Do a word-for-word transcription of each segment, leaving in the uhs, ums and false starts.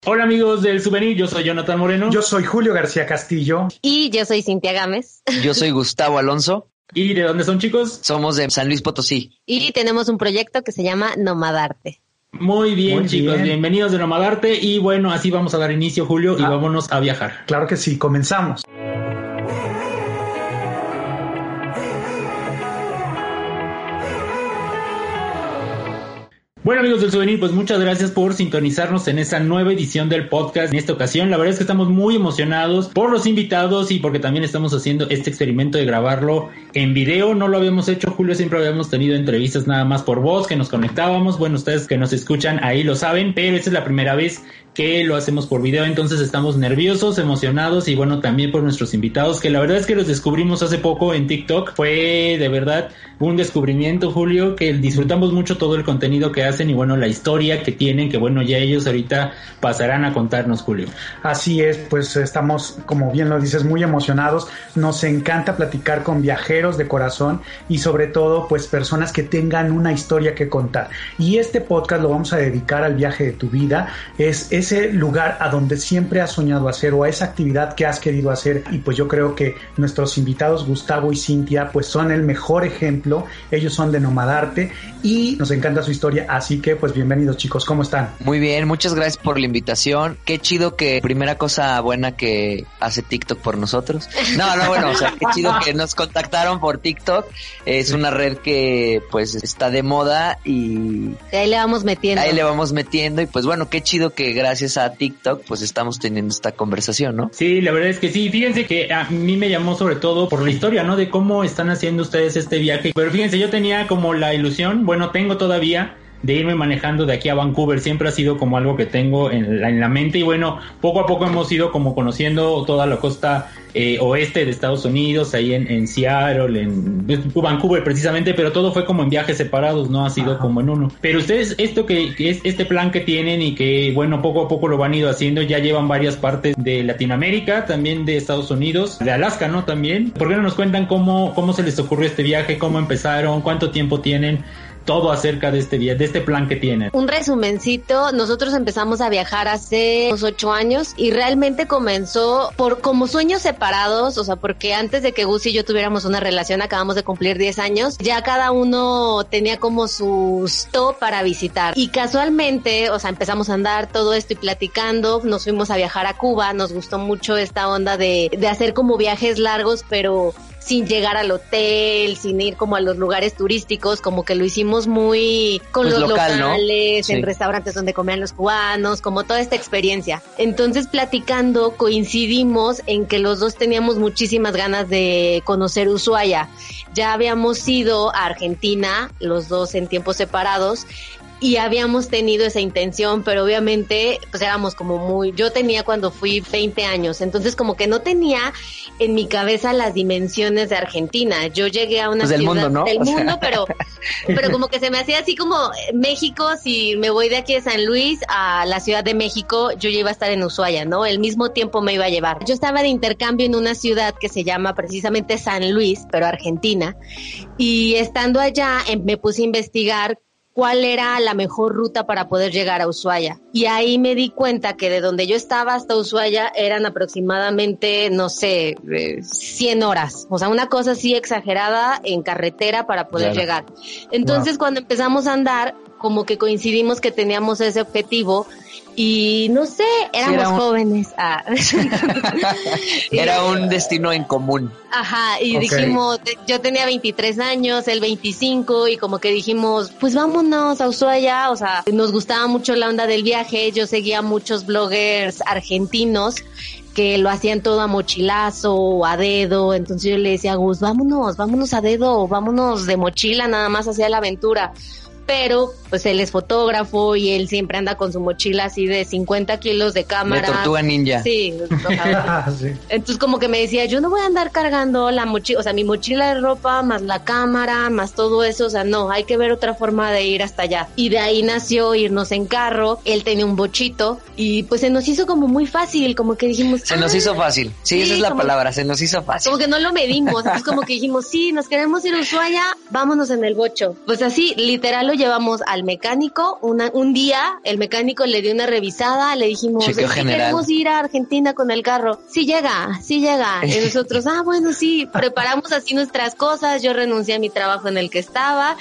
Hola amigos del Souvenir, yo soy Jonathan Moreno. Yo soy Julio García Castillo. Y yo soy Cintia Gámez. Yo soy Gustavo Alonso. ¿Y de dónde son, chicos? Somos de San Luis Potosí. Y tenemos un proyecto que se llama Nomadarte. Muy bien, Muy chicos, bien. Bienvenidos de Nomadarte. Y bueno, así vamos a dar inicio, Julio, ah, y vámonos a viajar. Claro que sí, comenzamos. Bueno, amigos del Souvenir, pues muchas gracias por sintonizarnos en esta nueva edición del podcast. En esta ocasión, la verdad es que estamos muy emocionados por los invitados y porque también estamos haciendo este experimento de grabarlo en video. No lo habíamos hecho, Julio, siempre habíamos tenido entrevistas nada más por voz, que nos conectábamos. Bueno, ustedes que nos escuchan ahí lo saben, pero esta es la primera vez que lo hacemos por video, entonces estamos nerviosos, emocionados y bueno, también por nuestros invitados, que la verdad es que los descubrimos hace poco en TikTok. Fue de verdad un descubrimiento, Julio, que disfrutamos mucho todo el contenido que hacen y bueno, la historia que tienen, que bueno, ya ellos ahorita pasarán a contarnos, Julio. Así es, pues estamos, como bien lo dices, muy emocionados. Nos encanta platicar con viajeros de corazón y sobre todo, pues personas que tengan una historia que contar. Y este podcast lo vamos a dedicar al viaje de tu vida. Es ese lugar a donde siempre has soñado hacer o a esa actividad que has querido hacer, y pues yo creo que nuestros invitados Gustavo y Cintia pues son el mejor ejemplo. Ellos son de Nomadarte y nos encanta su historia, así que pues bienvenidos, chicos, ¿cómo están? Muy bien, muchas gracias por la invitación. Qué chido que primera cosa buena que hace TikTok por nosotros. No, no, bueno, o sea, qué chido que nos contactaron por TikTok. Es sí. Una red que pues está de moda y ahí le vamos metiendo. Ahí le vamos metiendo y pues bueno, qué chido que gracias Gracias a TikTok, pues estamos teniendo esta conversación, ¿no? Sí, la verdad es que sí. Fíjense que a mí me llamó sobre todo por la historia, ¿no? De cómo están haciendo ustedes este viaje. Pero fíjense, yo tenía como la ilusión, bueno, tengo todavía, de irme manejando de aquí a Vancouver. Siempre ha sido como algo que tengo en la, en la mente y bueno, poco a poco hemos ido como conociendo toda la costa eh, oeste de Estados Unidos, ahí en, en Seattle, en Vancouver precisamente, pero todo fue como en viajes separados, no ha sido Ajá. como en uno. Pero ustedes, esto que, que es este plan que tienen y que bueno, poco a poco lo van ido haciendo, ya llevan varias partes de Latinoamérica, también de Estados Unidos, de Alaska, ¿no? También. ¿Por qué no nos cuentan cómo, cómo se les ocurrió este viaje, cómo empezaron, cuánto tiempo tienen? Todo acerca de este día, de este plan que tienen. Un resumencito, nosotros empezamos a viajar hace unos ocho años y realmente comenzó por como sueños separados, o sea, porque antes de que Gus y yo tuviéramos una relación, acabamos de cumplir diez años, ya cada uno tenía como su stop para visitar y casualmente, o sea, empezamos a andar todo esto y platicando, nos fuimos a viajar a Cuba, nos gustó mucho esta onda de, de hacer como viajes largos, pero sin llegar al hotel, sin ir como a los lugares turísticos, como que lo hicimos muy con pues los local, locales, ¿no? Sí. En restaurantes donde comían los cubanos, como toda esta experiencia. Entonces, platicando, coincidimos en que los dos teníamos muchísimas ganas de conocer Ushuaia. Ya habíamos ido a Argentina, los dos en tiempos separados, y habíamos tenido esa intención, pero obviamente pues éramos como muy, yo tenía cuando fui veinte años, entonces como que no tenía en mi cabeza las dimensiones de Argentina. Yo llegué a una pues ciudad del mundo, ¿no? del mundo, pero pero como que se me hacía así como México, si me voy de aquí de San Luis a la Ciudad de México, yo ya iba a estar en Ushuaia, ¿no? El mismo tiempo me iba a llevar. Yo estaba de intercambio en una ciudad que se llama precisamente San Luis, pero Argentina, y estando allá me puse a investigar cuál era la mejor ruta para poder llegar a Ushuaia. Y ahí me di cuenta que de donde yo estaba hasta Ushuaia eran aproximadamente, no sé, eh, cien horas. O sea, una cosa así exagerada en carretera para poder claro. llegar. Entonces, wow. cuando empezamos a andar, como que coincidimos que teníamos ese objetivo y no sé, éramos sí, era un... jóvenes. Ah. Era un destino en común. Ajá, y okay. dijimos, yo tenía veintitrés años, él veinticinco, y como que dijimos, pues vámonos a Ushuaia. O sea, nos gustaba mucho la onda del viaje, yo seguía muchos bloggers argentinos que lo hacían todo a mochilazo o a dedo, entonces yo le decía a Gus, vámonos, vámonos a dedo, vámonos de mochila nada más hacia la aventura. Pero pues él es fotógrafo y él siempre anda con su mochila así de cincuenta kilos de cámara. De tortuga ninja. Sí, sí. Entonces como que me decía, yo no voy a andar cargando la mochila, o sea, mi mochila de ropa, más la cámara, más todo eso, o sea, no, hay que ver otra forma de ir hasta allá. Y de ahí nació irnos en carro, él tenía un bochito y pues se nos hizo como muy fácil, como que dijimos... Se nos hizo fácil, sí, sí esa es la palabra, se nos hizo fácil. Como que no lo medimos, entonces como que dijimos, sí, nos queremos ir a Ushuaia, vámonos en el bocho. Pues así, literal lo llevamos al mecánico, una, un día el mecánico le dio una revisada, le dijimos, es que queremos ir a Argentina con el carro. Sí llega, sí llega. Y nosotros, ah, bueno, sí, preparamos así nuestras cosas, yo renuncié a mi trabajo en el que estaba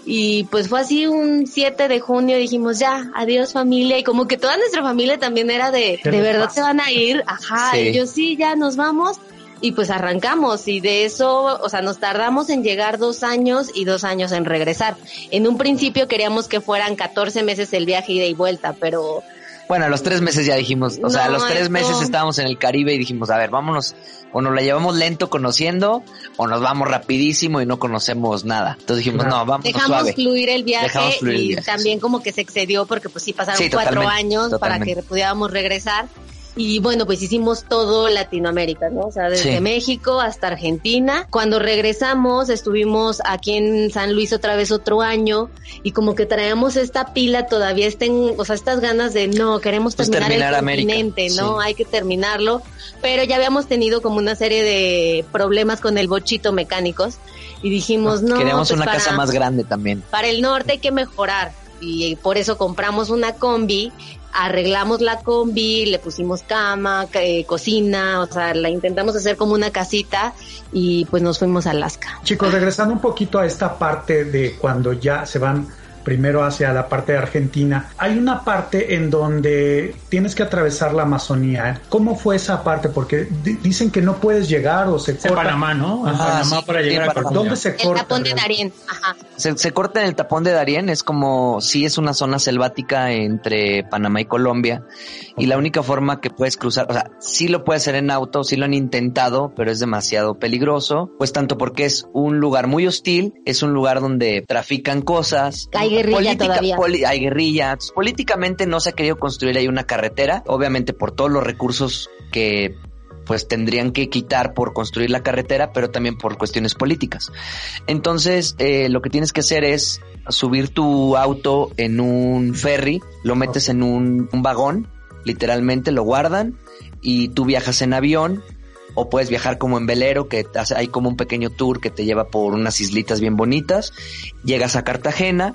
y pues fue así un siete de junio, dijimos ya, adiós familia, y como que toda nuestra familia también era de, de verdad se van a ir, ajá, sí. Y yo sí, ya nos vamos. Y pues arrancamos y de eso, o sea, nos tardamos en llegar dos años y dos años en regresar. En un principio queríamos que fueran catorce meses el viaje ida y vuelta, pero... Bueno, a los tres meses ya dijimos, o no, sea, a los tres esto... meses estábamos en el Caribe y dijimos, a ver, vámonos, o nos la llevamos lento conociendo, o nos vamos rapidísimo y no conocemos nada. Entonces dijimos, no, vamos Dejamos suave. fluir el viaje fluir y el viaje, también sí. como que se excedió porque pues sí pasaron sí, cuatro años totalmente. Para que pudiéramos regresar. Y bueno, pues hicimos todo Latinoamérica, ¿no? O sea, desde sí. México hasta Argentina. Cuando regresamos, estuvimos aquí en San Luis otra vez otro año y como que traíamos esta pila todavía, estén, o sea, estas ganas de no, queremos terminar, pues terminar el América. Continente, ¿no? Sí. Hay que terminarlo. Pero ya habíamos tenido como una serie de problemas con el bochito mecánicos y dijimos, no, queremos pues una para, casa más grande también. Para el norte hay que mejorar y por eso compramos una combi. Arreglamos la combi, le pusimos cama, eh, cocina, o sea, la intentamos hacer como una casita y pues nos fuimos a Alaska. Chicos, regresando un poquito a esta parte de cuando ya se van primero hacia la parte de Argentina, hay una parte en donde tienes que atravesar la Amazonía. ¿Cómo fue esa parte? Porque d- dicen que no puedes llegar o se corta. En Panamá, ¿no? En Panamá sí, para llegar a Colombia. ¿Dónde se corta? El tapón de Darién, ajá. Se, se corta en el tapón de Darién, es como, sí es una zona selvática entre Panamá y Colombia, y la única forma que puedes cruzar, o sea, sí lo puedes hacer en auto, sí lo han intentado, pero es demasiado peligroso, pues tanto porque es un lugar muy hostil, es un lugar donde trafican cosas. Hay guerrilla Política, todavía. Poli, hay guerrilla. Entonces, políticamente no se ha querido construir ahí una carretera, obviamente por todos los recursos que pues tendrían que quitar por construir la carretera, pero también por cuestiones políticas. Entonces, eh, lo que tienes que hacer es subir tu auto en un ferry, lo metes en un, un vagón, literalmente lo guardan y tú viajas en avión. O puedes viajar como en velero, que hay como un pequeño tour que te lleva por unas islitas bien bonitas. Llegas a Cartagena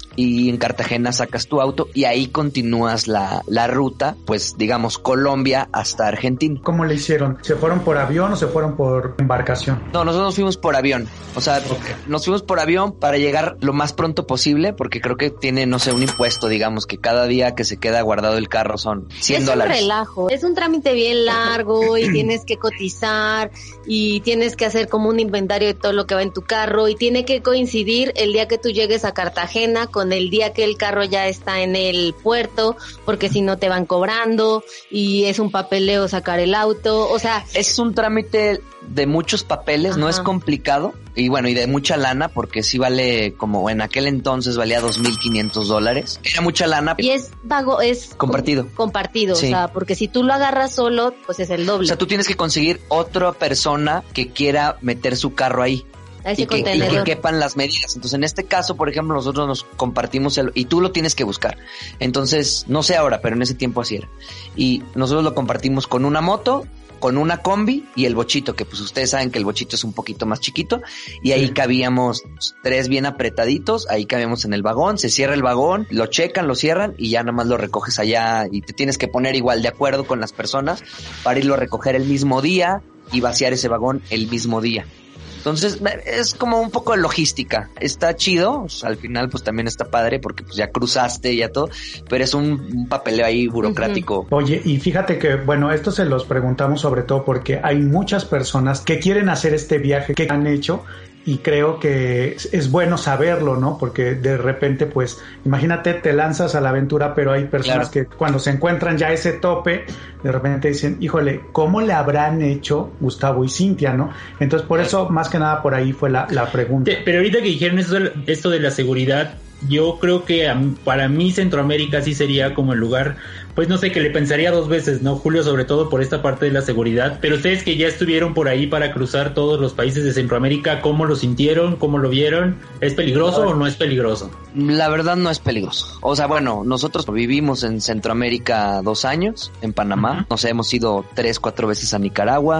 y en Cartagena sacas tu auto y ahí continúas la, la ruta, pues digamos Colombia hasta Argentina. ¿Cómo le hicieron? ¿Se fueron por avión o se fueron por embarcación? No, nosotros nos fuimos por avión. O sea, okay. nos fuimos por avión para llegar lo más pronto posible, porque creo que tiene, no sé, un impuesto, digamos, que cada día que se queda guardado el carro son cien dólares. Es un relajo, es un trámite bien largo y tienes que cotizar y tienes que hacer como un inventario de todo lo que va en tu carro y tiene que coincidir el día que tú llegues a Cartagena con el día que el carro ya está en el puerto, porque si no te van cobrando y es un papeleo sacar el auto, o sea... Es un trámite de muchos papeles, ajá. No es complicado y bueno, y de mucha lana, porque sí vale, como en aquel entonces valía dos mil quinientos dólares, era mucha lana. Y es vago, es... Compartido. Compartido, sí. O sea, porque si tú lo agarras solo, pues es el doble. O sea, tú tienes que conseguir otra persona que quiera meter su carro ahí. Y que, y que quepan las medidas. Entonces, en este caso, por ejemplo, nosotros nos compartimos el, y tú lo tienes que buscar. Entonces, no sé ahora, pero en ese tiempo así era. Y nosotros lo compartimos con una moto, con una combi y el bochito, que pues ustedes saben que el bochito es un poquito más chiquito, y ahí sí. cabíamos tres bien apretaditos, ahí cabíamos en el vagón, se cierra el vagón, lo checan, lo cierran y ya nada más lo recoges allá y te tienes que poner igual de acuerdo con las personas para irlo a recoger el mismo día y vaciar ese vagón el mismo día. Entonces es como un poco de logística, está chido, o sea, al final pues también está padre porque pues ya cruzaste y ya todo, pero es un, un papeleo ahí burocrático. Uh-huh. Oye, y fíjate que bueno, esto se los preguntamos sobre todo porque hay muchas personas que quieren hacer este viaje que han hecho y creo que es bueno saberlo, ¿no? Porque de repente, pues, imagínate, te lanzas a la aventura, pero hay personas claro. que cuando se encuentran ya ese tope, de repente dicen, híjole, ¿cómo le habrán hecho Gustavo y Cintia, no? Entonces, por eso, más que nada, por ahí fue la, la pregunta. Pero ahorita que dijeron esto, esto de la seguridad, yo creo que para mí Centroamérica sí sería como el lugar, pues no sé, que le pensaría dos veces, ¿no, Julio? Sobre todo por esta parte de la seguridad. Pero ustedes que ya estuvieron por ahí para cruzar todos los países de Centroamérica, ¿cómo lo sintieron? ¿Cómo lo vieron? ¿Es peligroso o no es peligroso? La verdad no es peligroso. O sea, bueno, nosotros vivimos en Centroamérica dos años, en Panamá. Uh-huh. Nos hemos ido tres, cuatro veces a Nicaragua.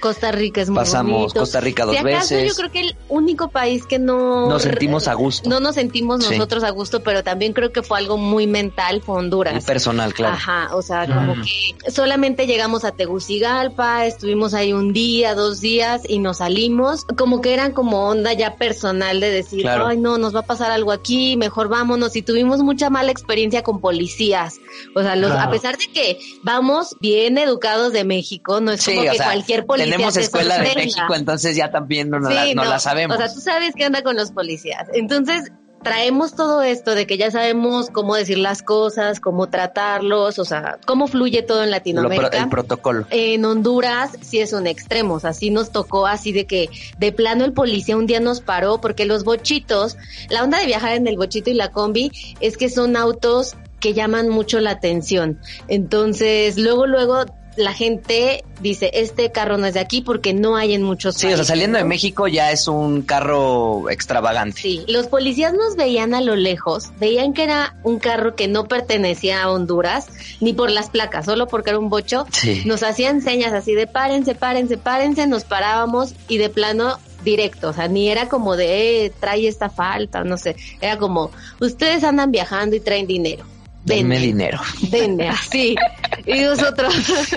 Costa Rica es muy Pasamos bonito. Costa Rica dos si acaso, veces. Yo creo que el único país que no... Nos sentimos a gusto. No nos sentimos Sí. nosotros a gusto, pero también creo que fue algo muy mental, fue Honduras. Muy personal, claro. Ajá, o sea, como Mm. que solamente llegamos a Tegucigalpa, estuvimos ahí un día, dos días y nos salimos. Como que eran como onda ya personal de decir, Claro. ay no, nos va a pasar algo aquí, mejor vámonos. Y tuvimos mucha mala experiencia con policías. O sea, los, Claro. a pesar de que vamos bien educados de México, no es Sí, como o que sea, cualquier policía tenemos te escuela de sorprenda. México, entonces ya también no, no, Sí, la, no no. la sabemos. O sea, tú sabes qué onda con los policías. Entonces, traemos todo esto de que ya sabemos cómo decir las cosas, cómo tratarlos, o sea, cómo fluye todo en Lo Latinoamérica. pro- el protocolo. En Honduras sí es un extremo, o sea, sí nos tocó así de que de plano el policía un día nos paró porque los bochitos, la onda de viajar en el bochito y la combi es que son autos que llaman mucho la atención. Entonces, luego, luego la gente dice, este carro no es de aquí porque no hay en muchos Sí, o sea, países, saliendo de ¿no? México ya es un carro extravagante. Sí, los policías nos veían a lo lejos, veían que era un carro que no pertenecía a Honduras, ni por las placas, solo porque era un bocho. Sí. Nos hacían señas así de párense, párense, párense, nos parábamos y de plano directo, o sea, ni era como de, eh, trae esta falta, no sé, era como, ustedes andan viajando y traen dinero. Denme Denme, dinero. denme, así. Y nosotros,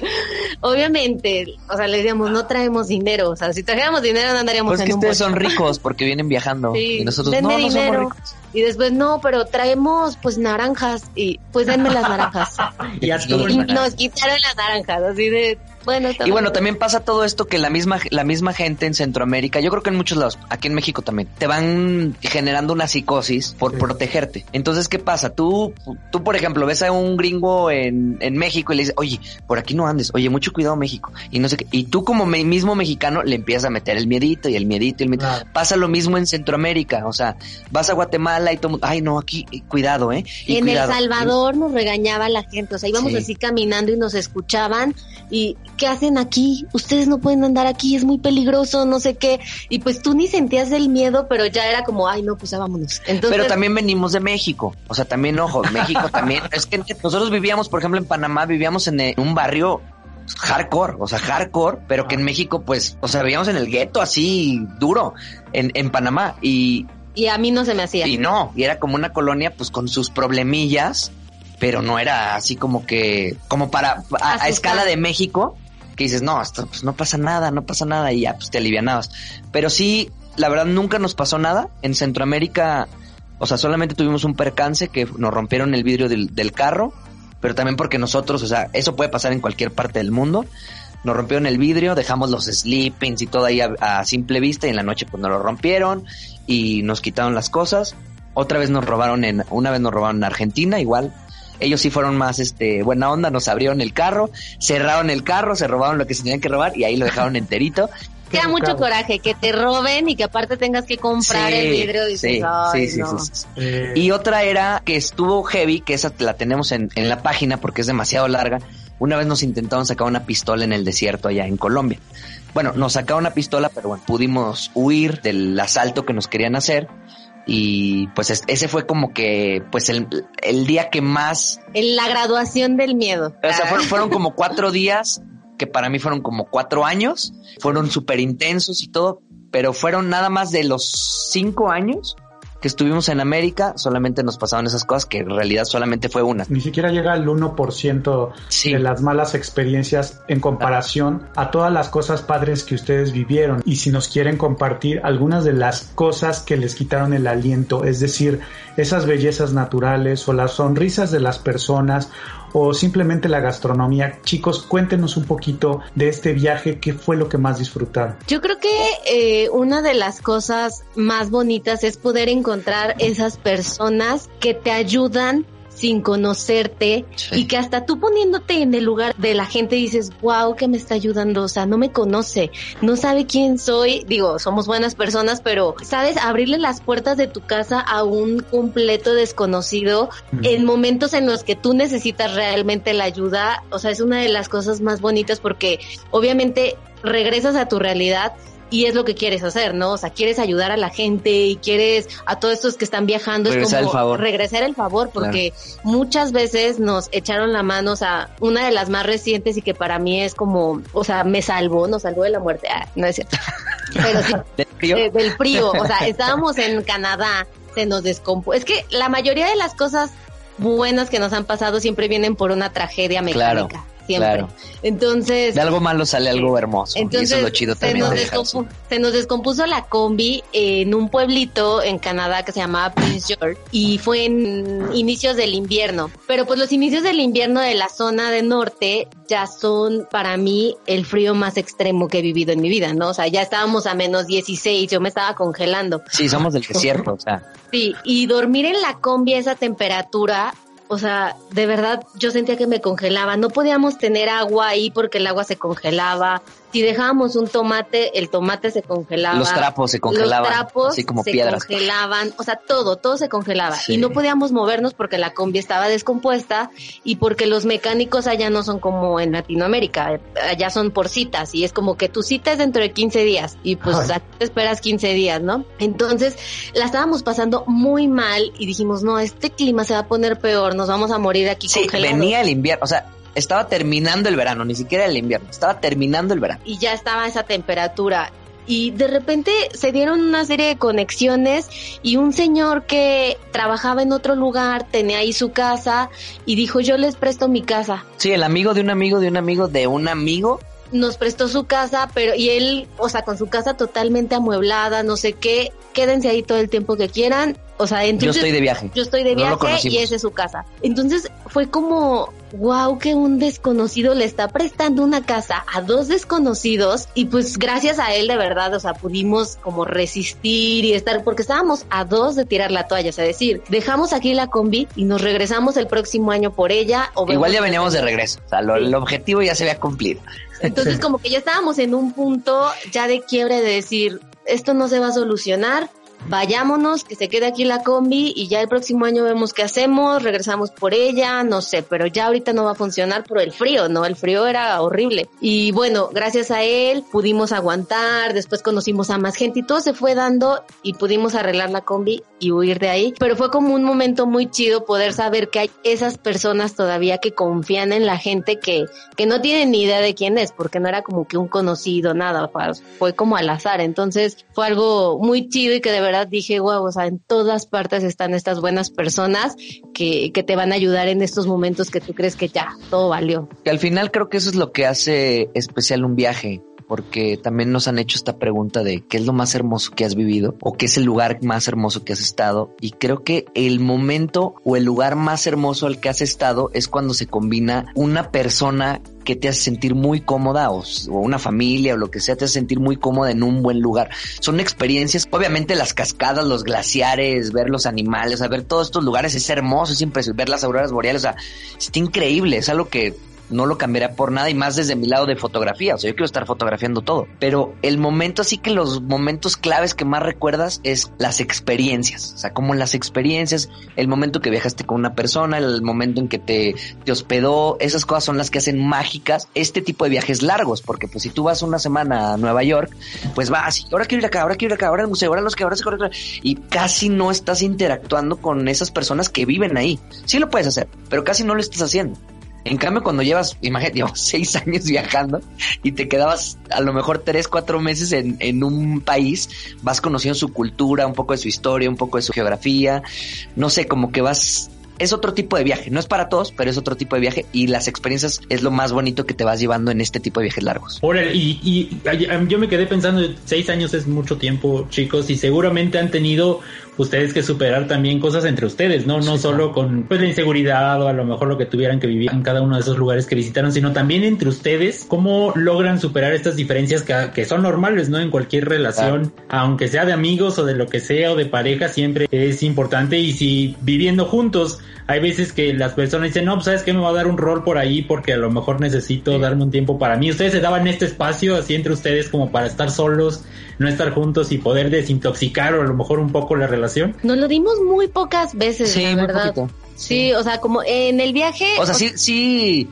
obviamente, o sea, le decíamos, no traemos dinero, o sea, si trajéramos dinero no andaríamos Pues en que un ustedes bocho. son ricos porque vienen viajando. Sí, Y nosotros denme no, no somos dinero. ricos. Y después, no, pero traemos pues naranjas y pues denme las naranjas. Y a Sí. todo Y el- nos quitaron las naranjas, así de, bueno, Y bueno, también pasa todo esto que la misma la misma gente en Centroamérica, yo creo que en muchos lados, aquí en México también, te van generando una psicosis por Sí. protegerte. Entonces, ¿qué pasa? Tú, tú por ejemplo, ves a un gringo en, en México y le dices, oye, por aquí no andes, oye, mucho cuidado México. Y no sé qué. Y tú como me- mismo mexicano le empiezas a meter el miedito y el miedito y el miedito. Claro. Pasa lo mismo en Centroamérica, o sea, vas a Guatemala y todo, mundo, ay no, aquí, eh, cuidado, eh. Y en cuidado. El Salvador nos regañaba la gente, o sea, íbamos Sí. así caminando y nos escuchaban y ¿qué hacen aquí? Ustedes no pueden andar aquí, es muy peligroso, no sé qué. Y pues tú ni sentías el miedo, pero ya era como, ay no, pues ya vámonos. Entonces, Pero también venimos de México, o sea, también, ojo, México también, es que nosotros vivíamos, por ejemplo, en Panamá, vivíamos en eh, un barrio hardcore, o sea, hardcore, pero que en México, pues, o sea, vivíamos en el gueto así duro, en, en Panamá, y, y a mí no se me hacía. y no, y era como una colonia, pues, con sus problemillas, pero no era así como que, como para, a, a Asustar. escala de México, que dices, no, esto, pues, no pasa nada, no pasa nada, y ya, pues, te alivianabas. Pero sí, la verdad, nunca nos pasó nada. En Centroamérica, o sea, solamente tuvimos un percance que nos rompieron el vidrio del, del carro, pero también porque nosotros, o sea, eso puede pasar en cualquier parte del mundo. Nos rompieron el vidrio, dejamos los sleepings y todo ahí a, a simple vista, y en la noche pues nos lo rompieron y nos quitaron las cosas. Otra vez nos robaron en, una vez nos robaron en Argentina, igual. Ellos sí fueron más, este, buena onda, nos abrieron el carro, cerraron el carro, se robaron lo que se tenían que robar y ahí lo dejaron enterito. Te da mucho coraje que te roben y que aparte tengas que comprar Sí, el vidrio y dices, sí, ay, sí, sí, no. sí, sí. Eh, Y otra era que estuvo heavy, que esa la tenemos en, en la página porque es demasiado larga. Una vez nos intentaron sacar una pistola en el desierto allá en Colombia. Bueno, nos sacaron una pistola, pero bueno, pudimos huir del asalto que nos querían hacer. Y pues es- ese fue como que pues el, el día que más, En la graduación del miedo. o sea, fueron, fueron como cuatro días que para mí fueron como cuatro años, fueron súper intensos y todo, pero fueron nada más de los cinco años que estuvimos en América, solamente nos pasaron esas cosas que en realidad solamente fue una. Ni siquiera llega al uno por ciento Sí. de las malas experiencias en comparación a todas las cosas padres que ustedes vivieron. Y si nos quieren compartir algunas de las cosas que les quitaron el aliento, es decir, esas bellezas naturales o las sonrisas de las personas o simplemente la gastronomía. Chicos, cuéntenos un poquito de este viaje, ¿qué fue lo que más disfrutaron? Yo creo que eh, una de las cosas más bonitas es poder encontrar esas personas que te ayudan sin conocerte Sí. y que hasta tú poniéndote en el lugar de la gente dices, wow, que me está ayudando, o sea, no me conoce, no sabe quién soy, digo, somos buenas personas, pero, ¿sabes? Abrirle las puertas de tu casa a un completo desconocido Mm. en momentos en los que tú necesitas realmente la ayuda, o sea, es una de las cosas más bonitas porque obviamente regresas a tu realidad y es lo que quieres hacer, ¿no? O sea, quieres ayudar a la gente y quieres a todos estos que están viajando, regresar es como el favor. regresar el favor, porque claro. muchas veces nos echaron la mano, o sea, una de las más recientes y que para mí es como, o sea, me salvó, nos salvó de la muerte, ah, no es cierto, pero sí, ¿Del frío? De, del frío, o sea, estábamos en Canadá, se nos descompuso, es que la mayoría de las cosas buenas que nos han pasado siempre vienen por una tragedia mecánica. Claro. Siempre. Claro. Entonces. De algo malo sale algo hermoso. Entonces, y eso es lo chido también. Se nos, descompu- se nos descompuso la combi en un pueblito en Canadá que se llamaba Prince George y fue en inicios del invierno. Pero pues los inicios del invierno de la zona de norte ya son para mí el frío más extremo que he vivido en mi vida, ¿no? O sea, ya estábamos a menos dieciséis, yo me estaba congelando. Sí, somos del desierto, o sea. Sí, y dormir en la combi a esa temperatura. O sea, de verdad, yo sentía que me congelaba. No podíamos tener agua ahí porque el agua se congelaba. Si dejábamos un tomate, el tomate se congelaba. Los trapos se congelaban. Los trapos así como se piedras. congelaban. O sea, todo, todo se congelaba. Sí. Y no podíamos movernos porque la combi estaba descompuesta y porque los mecánicos allá no son como en Latinoamérica. Allá son por citas y es como que tu cita es dentro de quince días y pues Ay. aquí te esperas quince días, ¿no? Entonces, la estábamos pasando muy mal y dijimos, no, este clima se va a poner peor, nos vamos a morir aquí sí, congelados. Venía el invierno, o sea, estaba terminando el verano, ni siquiera el invierno, estaba terminando el verano. Y ya estaba esa temperatura. Y de repente se dieron una serie de conexiones y un señor que trabajaba en otro lugar tenía ahí su casa y dijo, yo les presto mi casa. Sí, el amigo de un amigo de un amigo de un amigo. Nos prestó su casa, pero y él, o sea, con su casa totalmente amueblada, no sé qué, quédense ahí todo el tiempo que quieran. O sea, entonces, yo estoy de viaje. Yo estoy de no viaje y esa es su casa. Entonces fue como, wow, que un desconocido le está prestando una casa a dos desconocidos y pues gracias a él de verdad, o sea, pudimos como resistir y estar, porque estábamos a dos de tirar la toalla, o sea, decir, dejamos aquí la combi y nos regresamos el próximo año por ella. O igual ya veníamos de regreso, o sea, lo, sí. el objetivo ya se había cumplido. Entonces como que ya estábamos en un punto ya de quiebre de decir, esto no se va a solucionar, vayámonos, que se quede aquí la combi y ya el próximo año vemos qué hacemos, regresamos por ella, no sé, pero ya ahorita no va a funcionar por el frío, ¿no? El frío era horrible. Y bueno, gracias a él pudimos aguantar, después conocimos a más gente y todo se fue dando y pudimos arreglar la combi y huir de ahí. Pero fue como un momento muy chido poder saber que hay esas personas todavía que confían en la gente que, que no tienen ni idea de quién es, porque no era como que un conocido, nada, fue como al azar. Entonces fue algo muy chido y que de verdad dije, wow, o sea, en todas partes están estas buenas personas que, que te van a ayudar en estos momentos que tú crees que ya, todo valió. Que al final creo que eso es lo que hace especial un viaje, porque también nos han hecho esta pregunta de qué es lo más hermoso que has vivido o qué es el lugar más hermoso que has estado, y creo que el momento o el lugar más hermoso al que has estado es cuando se combina una persona que te hace sentir muy cómoda o, o una familia o lo que sea, te hace sentir muy cómoda en un buen lugar. Son experiencias, obviamente las cascadas, los glaciares, ver los animales, o sea, ver todos estos lugares es hermoso, es impresionante, ver las auroras boreales, o sea, está increíble, es algo que no lo cambiaría por nada, y más desde mi lado de fotografía, o sea, yo quiero estar fotografiando todo, pero el momento, así que los momentos claves que más recuerdas es las experiencias, o sea, como las experiencias, el momento que viajaste con una persona, el momento en que te, te hospedó, esas cosas son las que hacen mágicas este tipo de viajes largos, porque pues si tú vas una semana a Nueva York, pues vas, y ahora quiero ir acá, ahora quiero ir acá, ahora el museo, ahora los que, ahora se corre, y casi no estás interactuando con esas personas que viven ahí. Sí lo puedes hacer, pero casi no lo estás haciendo. En cambio, cuando llevas, imagínate, llevas seis años viajando y te quedabas a lo mejor tres, cuatro meses en, en un país, vas conociendo su cultura, un poco de su historia, un poco de su geografía, no sé, como que vas... Es otro tipo de viaje, no es para todos, pero es otro tipo de viaje, y las experiencias es lo más bonito que te vas llevando en este tipo de viajes largos. Órale, y, y, y yo me quedé pensando, seis años es mucho tiempo, chicos, y seguramente han tenido ustedes que superar también cosas entre ustedes, ¿no? No sí, solo con pues la inseguridad o a lo mejor lo que tuvieran que vivir en cada uno de esos lugares que visitaron, sino también entre ustedes, cómo logran superar estas diferencias que, que son normales, ¿no? En cualquier relación, claro, aunque sea de amigos o de lo que sea o de pareja, siempre es importante. Y si viviendo juntos, hay veces que las personas dicen, no, pues sabes que me va a dar un rol por ahí porque a lo mejor necesito sí. darme un tiempo para mí. Ustedes se daban este espacio así entre ustedes como para estar solos, no estar juntos y poder desintoxicar o a lo mejor un poco la relación. Nos lo dimos muy pocas veces, sí, la verdad. Poquito. Sí, o sea, como en el viaje... O sea, o... sí, sí,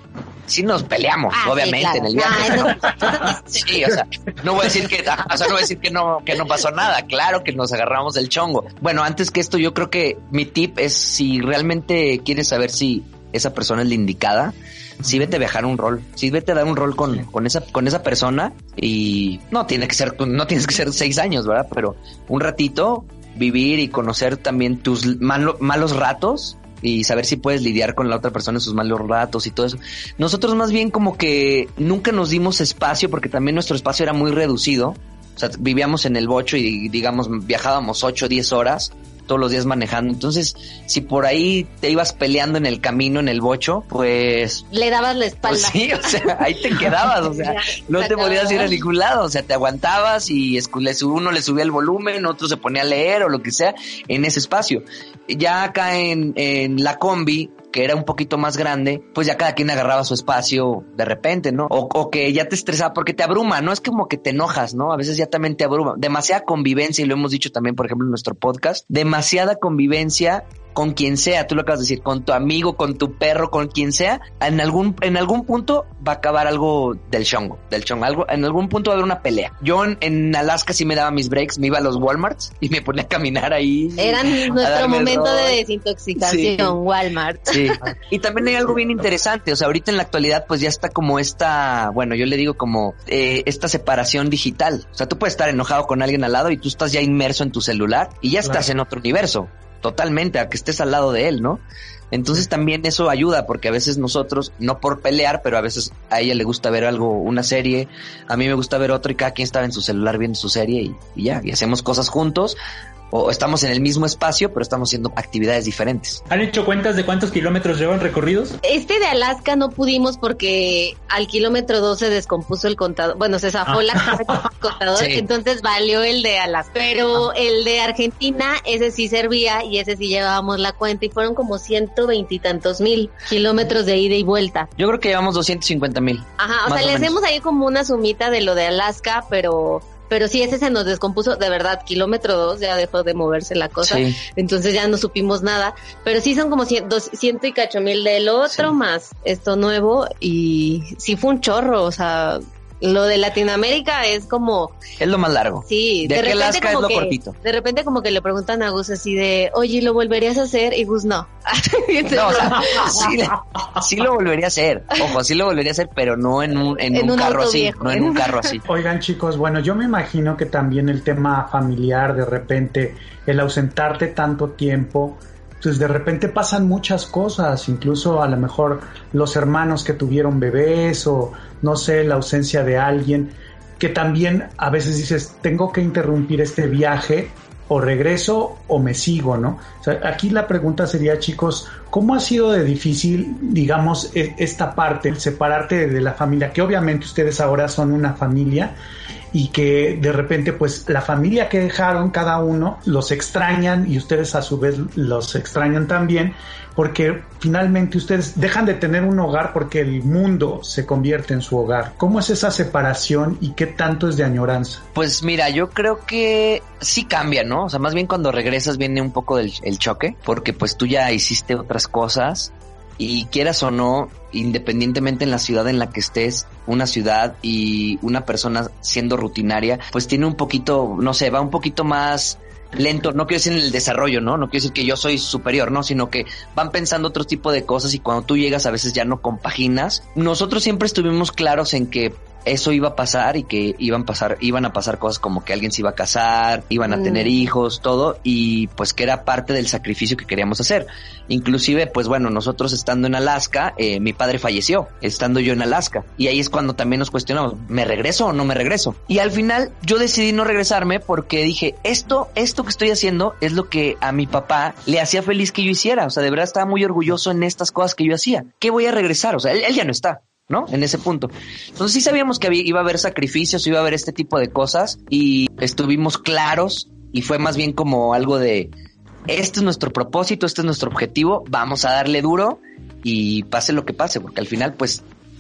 sí nos peleamos, ah, obviamente, sí, claro. en el viaje. Ah, sí, o sea, no voy a decir que, o sea, no voy a decir que no, que no pasó nada. Claro que nos agarramos del chongo. Bueno, antes que esto, yo creo que mi tip es, si realmente quieres saber si esa persona es la indicada, sí vete a viajar un rol, sí vete a dar un rol con, con esa, con esa persona, y no tiene que ser, no tienes que ser seis años, ¿verdad? Pero un ratito, vivir y conocer también tus malo, malos ratos, y saber si puedes lidiar con la otra persona en sus malos ratos y todo eso. Nosotros más bien como que nunca nos dimos espacio, porque también nuestro espacio era muy reducido. O sea, vivíamos en el bocho y, digamos, viajábamos ocho o diez horas todos los días manejando. Entonces, si por ahí te ibas peleando en el camino, en el bocho, pues... le dabas la espalda. Pues sí, o sea, ahí te quedabas, o sea, no te podías ir a ningún lado, o sea, te aguantabas y uno le subía el volumen, otro se ponía a leer o lo que sea en ese espacio. Ya acá en, en la combi, que era un poquito más grande, pues ya cada quien agarraba su espacio de repente, ¿no? O, o que ya te estresaba porque te abruma, no es como que te enojas, ¿no? A veces ya también te abruma. Demasiada convivencia, y lo hemos dicho también, por ejemplo, en nuestro podcast, demasiada convivencia con quien sea, tú lo acabas de decir, con tu amigo, con tu perro, con quien sea, en algún en algún punto va a acabar algo del chongo, del chongo, algo, en algún punto va a haber una pelea. Yo en, en Alaska sí me daba mis breaks, me iba a los Walmarts y me ponía a caminar ahí. Era nuestro momento de desintoxicación, sí. Walmart. Sí. Y también hay algo bien interesante, o sea, ahorita en la actualidad pues ya está como esta, bueno, yo le digo como eh, esta separación digital. O sea, tú puedes estar enojado con alguien al lado y tú estás ya inmerso en tu celular y ya estás claro. en otro universo. Totalmente, a que estés al lado de él, ¿no? Entonces también eso ayuda, porque a veces nosotros, no por pelear, pero a veces a ella le gusta ver algo, una serie, a mí me gusta ver otro, y cada quien estaba en su celular viendo su serie y, y ya, y hacemos cosas juntos, o estamos en el mismo espacio, pero estamos haciendo actividades diferentes. ¿Han hecho cuentas de cuántos kilómetros llevan recorridos? Este de Alaska no pudimos porque al kilómetro dos se descompuso el contador. Bueno, se zafó ah. la casa del contador, sí. Entonces valió el de Alaska. Pero ah. el de Argentina, ese sí servía y ese sí llevábamos la cuenta y fueron como ciento veintitantos mil kilómetros de ida y vuelta. Yo creo que llevamos doscientos cincuenta mil. Ajá, o sea, o le menos. Hacemos ahí como una sumita de lo de Alaska, pero... Pero sí, ese se nos descompuso, de verdad, kilómetro dos, ya dejó de moverse la cosa, sí. Entonces ya no supimos nada, pero sí son como cien, dos, ciento y cacho mil del otro, sí. Más esto nuevo, y sí fue un chorro, o sea... Lo de Latinoamérica es como... Es lo más largo. Sí. De, de repente Alaska es lo que, cortito. De repente como que le preguntan a Gus así de, oye, ¿lo volverías a hacer? Y Gus, no. No, o sea, sí, sí lo volvería a hacer. Ojo, sí lo volvería a hacer, pero no en un, en en un, un carro así. Viejo, no en un carro así. Oigan, chicos, bueno, yo me imagino que también el tema familiar, de repente, el ausentarte tanto tiempo... Pues de repente pasan muchas cosas, incluso a lo mejor los hermanos que tuvieron bebés o no sé, la ausencia de alguien, que también a veces dices, tengo que interrumpir este viaje o regreso o me sigo, ¿no? O sea, aquí la pregunta sería, chicos, ¿cómo ha sido de difícil, digamos, esta parte, el separarte de la familia? Que obviamente ustedes ahora son una familia y que de repente pues la familia que dejaron cada uno los extrañan y ustedes a su vez los extrañan también, porque finalmente ustedes dejan de tener un hogar porque el mundo se convierte en su hogar. ¿Cómo es esa separación y qué tanto es de añoranza? Pues mira, yo creo que sí cambia, ¿no? O sea, más bien cuando regresas viene un poco del el choque, porque pues tú ya hiciste otras cosas. Y quieras o no, independientemente en la ciudad en la que estés, una ciudad y una persona siendo rutinaria, pues tiene un poquito, no sé, va un poquito más lento. No quiero decir en el desarrollo, ¿no? No quiero decir que yo soy superior, ¿no? Sino que van pensando otro tipo de cosas y cuando tú llegas a veces ya no compaginas. Nosotros siempre estuvimos claros en que eso iba a pasar y que iban a pasar, iban a pasar cosas como que alguien se iba a casar, iban a mm. tener hijos, todo, y pues que era parte del sacrificio que queríamos hacer. Inclusive, pues bueno, nosotros estando en Alaska, eh, mi padre falleció, estando yo en Alaska, y ahí es cuando también nos cuestionamos, ¿me regreso o no me regreso? Y al final yo decidí no regresarme porque dije, esto, esto que estoy haciendo es lo que a mi papá le hacía feliz que yo hiciera, o sea, de verdad estaba muy orgulloso en estas cosas que yo hacía. ¿Qué voy a regresar? O sea, él, él ya no está, ¿no? En ese punto. Entonces sí sabíamos que había, iba a haber sacrificios, iba a haber este tipo de cosas y estuvimos claros y fue más bien como algo de, este es nuestro propósito, este es nuestro objetivo, vamos a darle duro y pase lo que pase, porque al final pues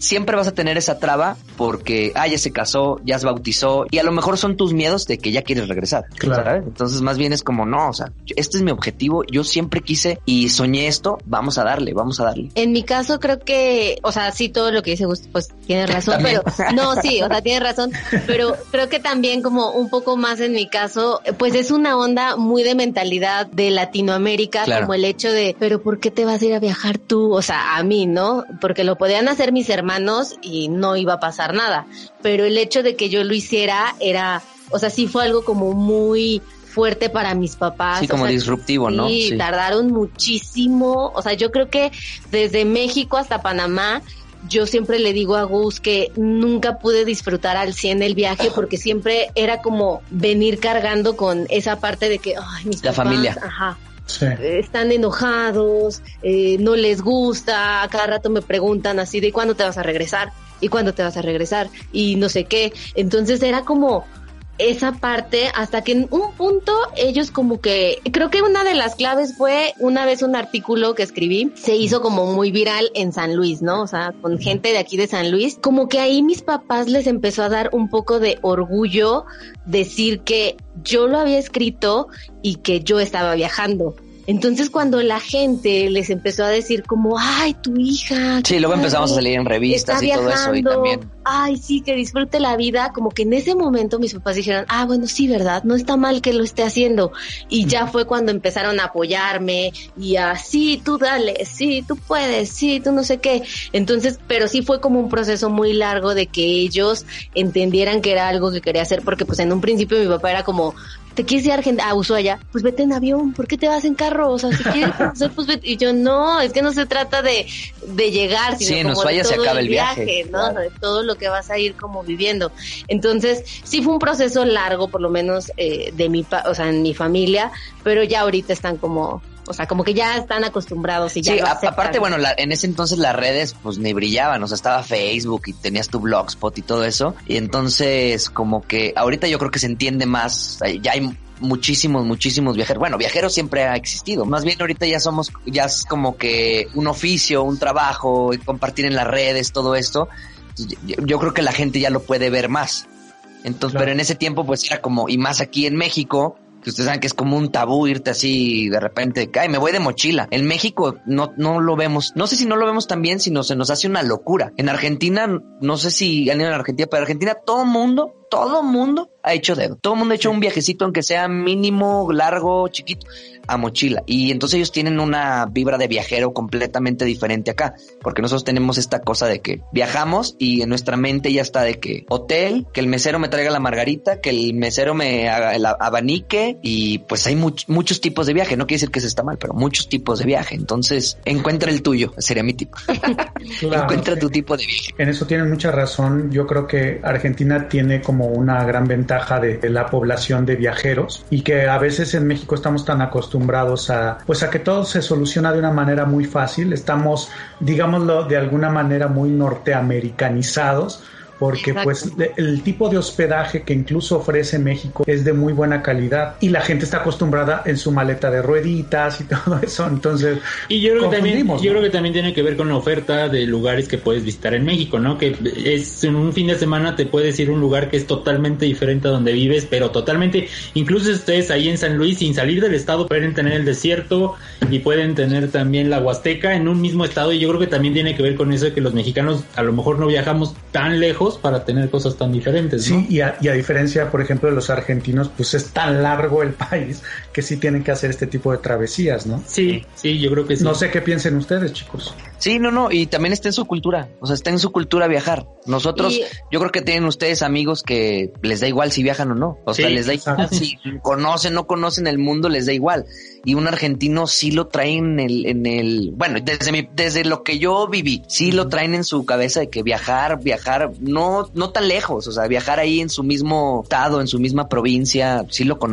siempre vas a tener esa traba porque, ah, ya se casó, ya se bautizó, y a lo mejor son tus miedos de que ya quieres regresar. Claro. ¿Sabes? Entonces más bien es como, no, o sea, este es mi objetivo, yo siempre quise y soñé esto, vamos a darle, vamos a darle. En mi caso creo que, o sea, sí, todo lo que dice Gusto, pues tiene razón, pero no, sí, o sea, tiene razón, pero creo que también como un poco más en mi caso, pues es una onda muy de mentalidad de Latinoamérica, claro. Como el hecho de, pero ¿por qué te vas a ir a viajar tú? O sea, a mí, ¿no? Porque lo podían hacer mis hermanos y no iba a pasar nada, pero el hecho de que yo lo hiciera era, o sea, sí fue algo como muy fuerte para mis papás. Sí, como o sea, disruptivo, ¿no? Sí, sí, tardaron muchísimo. O sea, yo creo que desde México hasta Panamá, yo siempre le digo a Gus que nunca pude disfrutar al cien el viaje porque siempre era como venir cargando con esa parte de que, ay, mis La papás, familia. Ajá. Sí. Están enojados, eh, no les gusta, cada rato me preguntan así de ¿cuándo te vas a regresar? ¿Y cuándo te vas a regresar? Y no sé qué. Entonces era como esa parte hasta que en un punto ellos como que, creo que una de las claves fue una vez un artículo que escribí, se hizo como muy viral en San Luis, ¿no? O sea, con gente de aquí de San Luis, como que ahí mis papás les empezó a dar un poco de orgullo decir que yo lo había escrito y que yo estaba viajando. Entonces cuando la gente les empezó a decir como, ay, tu hija. Sí, luego empezamos a salir en revistas y todo eso y también. Ay, sí, que disfrute la vida. Como que en ese momento mis papás dijeron, ah, bueno, sí, ¿verdad? No está mal que lo esté haciendo. Y ya fue cuando empezaron a apoyarme y a, sí, tú dale, sí, tú puedes, sí, tú no sé qué. Entonces, pero sí fue como un proceso muy largo de que ellos entendieran que era algo que quería hacer, porque pues en un principio mi papá era como, ¿te quieres ir a Argentina? A Ushuaia, pues vete en avión, ¿por qué te vas en carro? O sea, si quieres conocer, pues vete. Y yo, no, es que no se trata de, de llegar, sino sí, en como Ushuaia de todo se acaba el el viaje, viaje, ¿no? claro. De todo lo que vas a ir como viviendo. Entonces, sí fue un proceso largo, por lo menos eh, de mi, pa- o sea, en mi familia, pero ya ahorita están como, o sea, como que ya están acostumbrados y ya sí, lo a- aceptan. aparte, bueno, la, en ese entonces las redes pues ni brillaban, o sea, estaba Facebook y tenías tu Blogspot y todo eso, y entonces como que ahorita yo creo que se entiende más, ya hay muchísimos, muchísimos viajeros. Bueno, viajeros siempre ha existido. Más bien ahorita ya somos, ya es como que un oficio, un trabajo, compartir en las redes, todo esto. Yo, yo creo que la gente ya lo puede ver más. Entonces, claro. Pero en ese tiempo pues era como, y más aquí en México, que ustedes saben que es como un tabú irte así de repente, ay, me voy de mochila. En México no, no lo vemos, no sé si no lo vemos también, sino se nos hace una locura. En Argentina, no sé si han ido a Argentina, pero en Argentina todo mundo, todo mundo ha hecho dedo. Todo mundo ha hecho un viajecito, aunque sea mínimo, largo, chiquito, a mochila. Y entonces ellos tienen una vibra de viajero completamente diferente acá, porque nosotros tenemos esta cosa de que viajamos y en nuestra mente ya está de que hotel, que el mesero me traiga la margarita, que el mesero me haga el abanique, y pues hay much, muchos tipos de viaje. No quiere decir que eso está mal, pero muchos tipos de viaje. Entonces encuentra el tuyo, sería mi tip. Claro, encuentra tu tipo de viaje. En eso tienen mucha razón. Yo creo que Argentina tiene como una gran ventaja de, de la población de viajeros, y que a veces en México estamos tan acostumbrados a pues a que todo se soluciona de una manera muy fácil. Estamos, digámoslo de alguna manera, muy norteamericanizados, porque Exacto. pues el tipo de hospedaje que incluso ofrece México es de muy buena calidad y la gente está acostumbrada en su maleta de rueditas y todo eso. Entonces, y yo creo que también, ¿no? yo creo que también tiene que ver con la oferta de lugares que puedes visitar en México, ¿no? Que es en un fin de semana te puedes ir a un lugar que es totalmente diferente a donde vives, pero totalmente, incluso ustedes ahí en San Luis, sin salir del estado, pueden tener el desierto y pueden tener también la Huasteca en un mismo estado, y yo creo que también tiene que ver con eso de que los mexicanos a lo mejor no viajamos tan lejos para tener cosas tan diferentes, ¿no? Sí, y a, y a diferencia, por ejemplo, de los argentinos, pues es tan largo el país que sí tienen que hacer este tipo de travesías, ¿no? Sí, sí, yo creo que sí. No sé qué piensen ustedes, chicos. Sí, no, no, y también está en su cultura, o sea, está en su cultura viajar. Nosotros, y... yo creo que tienen ustedes amigos que les da igual si viajan o no, o sí, sea, les da igual exacto. Si conocen, no conocen el mundo, les da igual. Y un argentino sí lo traen en el, en el, bueno, desde mi, desde lo que yo viví, sí lo traen en su cabeza de que viajar, viajar, no, no tan lejos, o sea, viajar ahí en su mismo estado, en su misma provincia, sí lo conocen.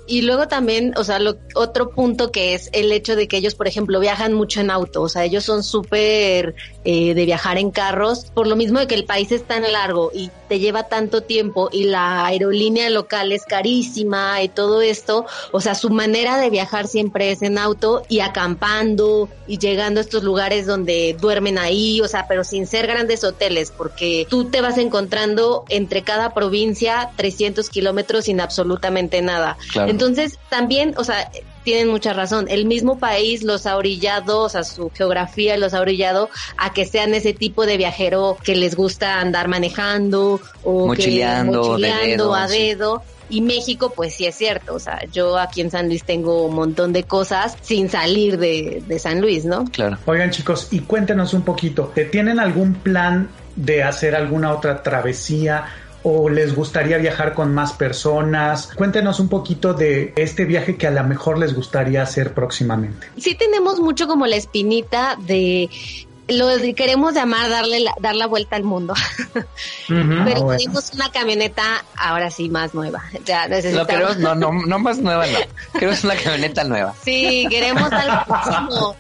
Y luego también, o sea, lo, otro punto que es el hecho de que ellos, por ejemplo, viajan mucho en auto, o sea, ellos son súper eh, de viajar en carros, por lo mismo de que el país es tan largo y te lleva tanto tiempo y la aerolínea local es carísima y todo esto, o sea, su manera de viajar siempre es en auto y acampando y llegando a estos lugares donde duermen ahí, o sea, pero sin ser grandes hoteles, porque tú te vas encontrando entre cada provincia trescientos kilómetros sin absolutamente nada. Claro. Entonces, también, o sea, tienen mucha razón, el mismo país los ha orillado, o sea, su geografía los ha orillado a que sean ese tipo de viajero que les gusta andar manejando o mochileando, que mochileando de dedo, a dedo. Sí. Y México, pues sí es cierto, o sea, yo aquí en San Luis tengo un montón de cosas sin salir de, de San Luis, ¿no? Claro. Oigan, chicos, y cuéntenos un poquito, ¿tienen algún plan de hacer alguna otra travesía o les gustaría viajar con más personas? Cuéntenos un poquito de este viaje que a lo mejor les gustaría hacer próximamente. Sí tenemos mucho como la espinita de... Lo queremos llamar darle la, dar la vuelta al mundo. Uh-huh. Pero oh, tenemos bueno. una camioneta ahora sí más nueva. Ya necesitamos... Lo queremos, no, no, no más nueva, no. Queremos una camioneta nueva. Sí, queremos algo como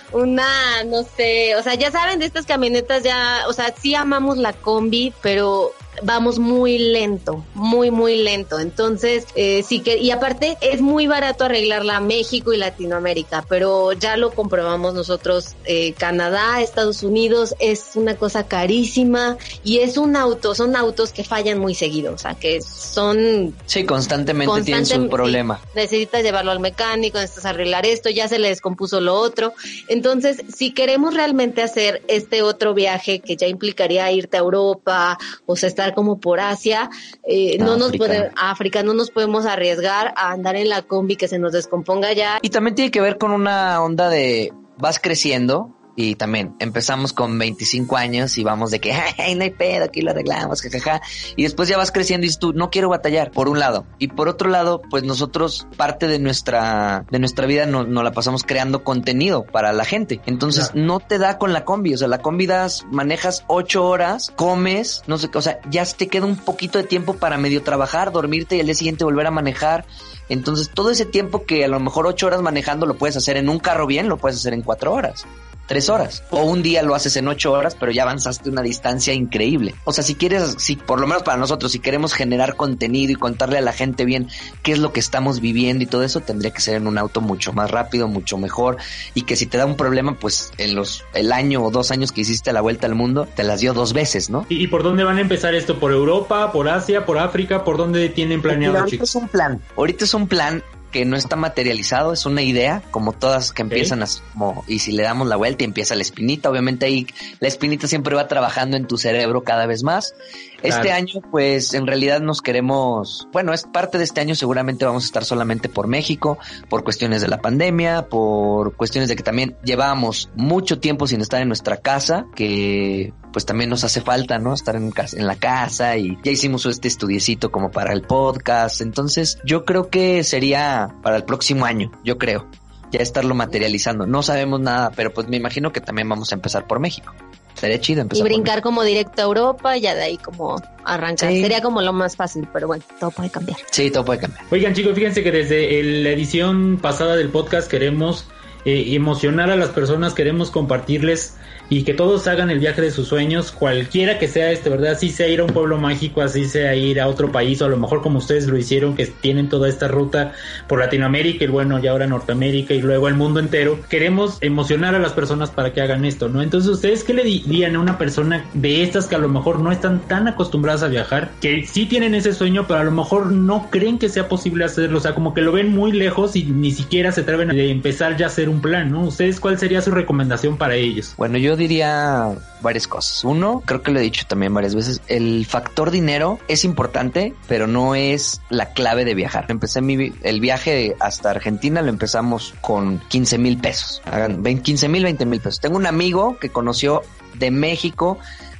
una, no sé, o sea, ya saben de estas camionetas ya, o sea, sí amamos la combi, pero vamos muy lento, muy, muy lento. Entonces, eh, sí que, y aparte es muy barato arreglarla a México y Latinoamérica, pero ya lo comprobamos nosotros, eh, Canadá, Estados Unidos, es una cosa carísima y es un auto, son autos que fallan muy seguido, o sea, que son... Sí, constantemente, constantemente tienen su problema. Sí, necesitas llevarlo al mecánico, necesitas arreglar esto, ya se le descompuso lo otro. Entonces, si queremos realmente hacer este otro viaje que ya implicaría irte a Europa, o sea, estar como por Asia, eh, no, no nos puede, África, no nos podemos arriesgar a andar en la combi que se nos descomponga ya. Y también tiene que ver con una onda de vas creciendo. Y también empezamos con veinticinco años y vamos de que, ay, no hay pedo, aquí lo arreglamos, jajaja. Y después ya vas creciendo y dices tú, no quiero batallar, por un lado. Y por otro lado, pues nosotros, parte de nuestra de nuestra vida nos no la pasamos creando contenido para la gente. Entonces, claro, no te da con la combi. O sea, la combi das, manejas ocho horas, comes, no sé, o sea, ya te queda un poquito de tiempo para medio trabajar, dormirte y al día siguiente volver a manejar. Entonces, todo ese tiempo que a lo mejor ocho horas manejando lo puedes hacer en un carro bien, lo puedes hacer en cuatro horas. Tres horas. O un día lo haces en ocho horas, pero ya avanzaste una distancia increíble. O sea, si quieres, si por lo menos para nosotros, si queremos generar contenido y contarle a la gente bien qué es lo que estamos viviendo y todo eso, tendría que ser en un auto mucho más rápido, mucho mejor. Y que si te da un problema, pues en los el año o dos años que hiciste la vuelta al mundo, te las dio dos veces, ¿no? ¿Y, y por dónde van a empezar esto? ¿Por Europa, por Asia, por África? ¿Por dónde tienen planeado, Mira, ahorita chicos? Es un plan. Ahorita es un plan que no está materializado, es una idea, como todas que empiezan así, como, y si le damos la vuelta y empieza la espinita, obviamente ahí la espinita siempre va trabajando en tu cerebro cada vez más. Claro. Este año, pues, en realidad nos queremos, bueno, es parte de este año, seguramente vamos a estar solamente por México, por cuestiones de la pandemia, por cuestiones de que también llevábamos mucho tiempo sin estar en nuestra casa, que pues también nos hace falta, ¿no? Estar en, casa, en la casa, y ya hicimos este estudiecito como para el podcast. Entonces yo creo que sería para el próximo año, yo creo, ya estarlo materializando. No sabemos nada, pero pues me imagino que también vamos a empezar por México. Sería chido empezar. Y brincar como directo a Europa, ya de ahí como arrancar. Sí. Sería como lo más fácil, pero bueno, todo puede cambiar. Sí, todo puede cambiar. Oigan, chicos, fíjense que desde el, la edición pasada del podcast queremos eh, emocionar a las personas, queremos compartirles y que todos hagan el viaje de sus sueños, cualquiera que sea este, ¿verdad? Así sea ir a un pueblo mágico, así sea ir a otro país, o a lo mejor como ustedes lo hicieron, que tienen toda esta ruta por Latinoamérica y bueno, ya ahora Norteamérica y luego el mundo entero. Queremos emocionar a las personas para que hagan esto, ¿no? Entonces, ¿ustedes qué le dirían a una persona de estas que a lo mejor no están tan acostumbradas a viajar, que sí tienen ese sueño, pero a lo mejor no creen que sea posible hacerlo? O sea, como que lo ven muy lejos y ni siquiera se atreven a empezar ya a hacer un plan, ¿no? ¿Ustedes cuál sería su recomendación para ellos? Bueno, yo diría varias cosas. Uno, creo que lo he dicho también varias veces, el factor dinero es importante, pero no es la clave de viajar. Empecé mi, el viaje hasta Argentina, lo empezamos con quince mil pesos. Hagan quince mil, veinte mil pesos. Tengo un amigo que conoció de México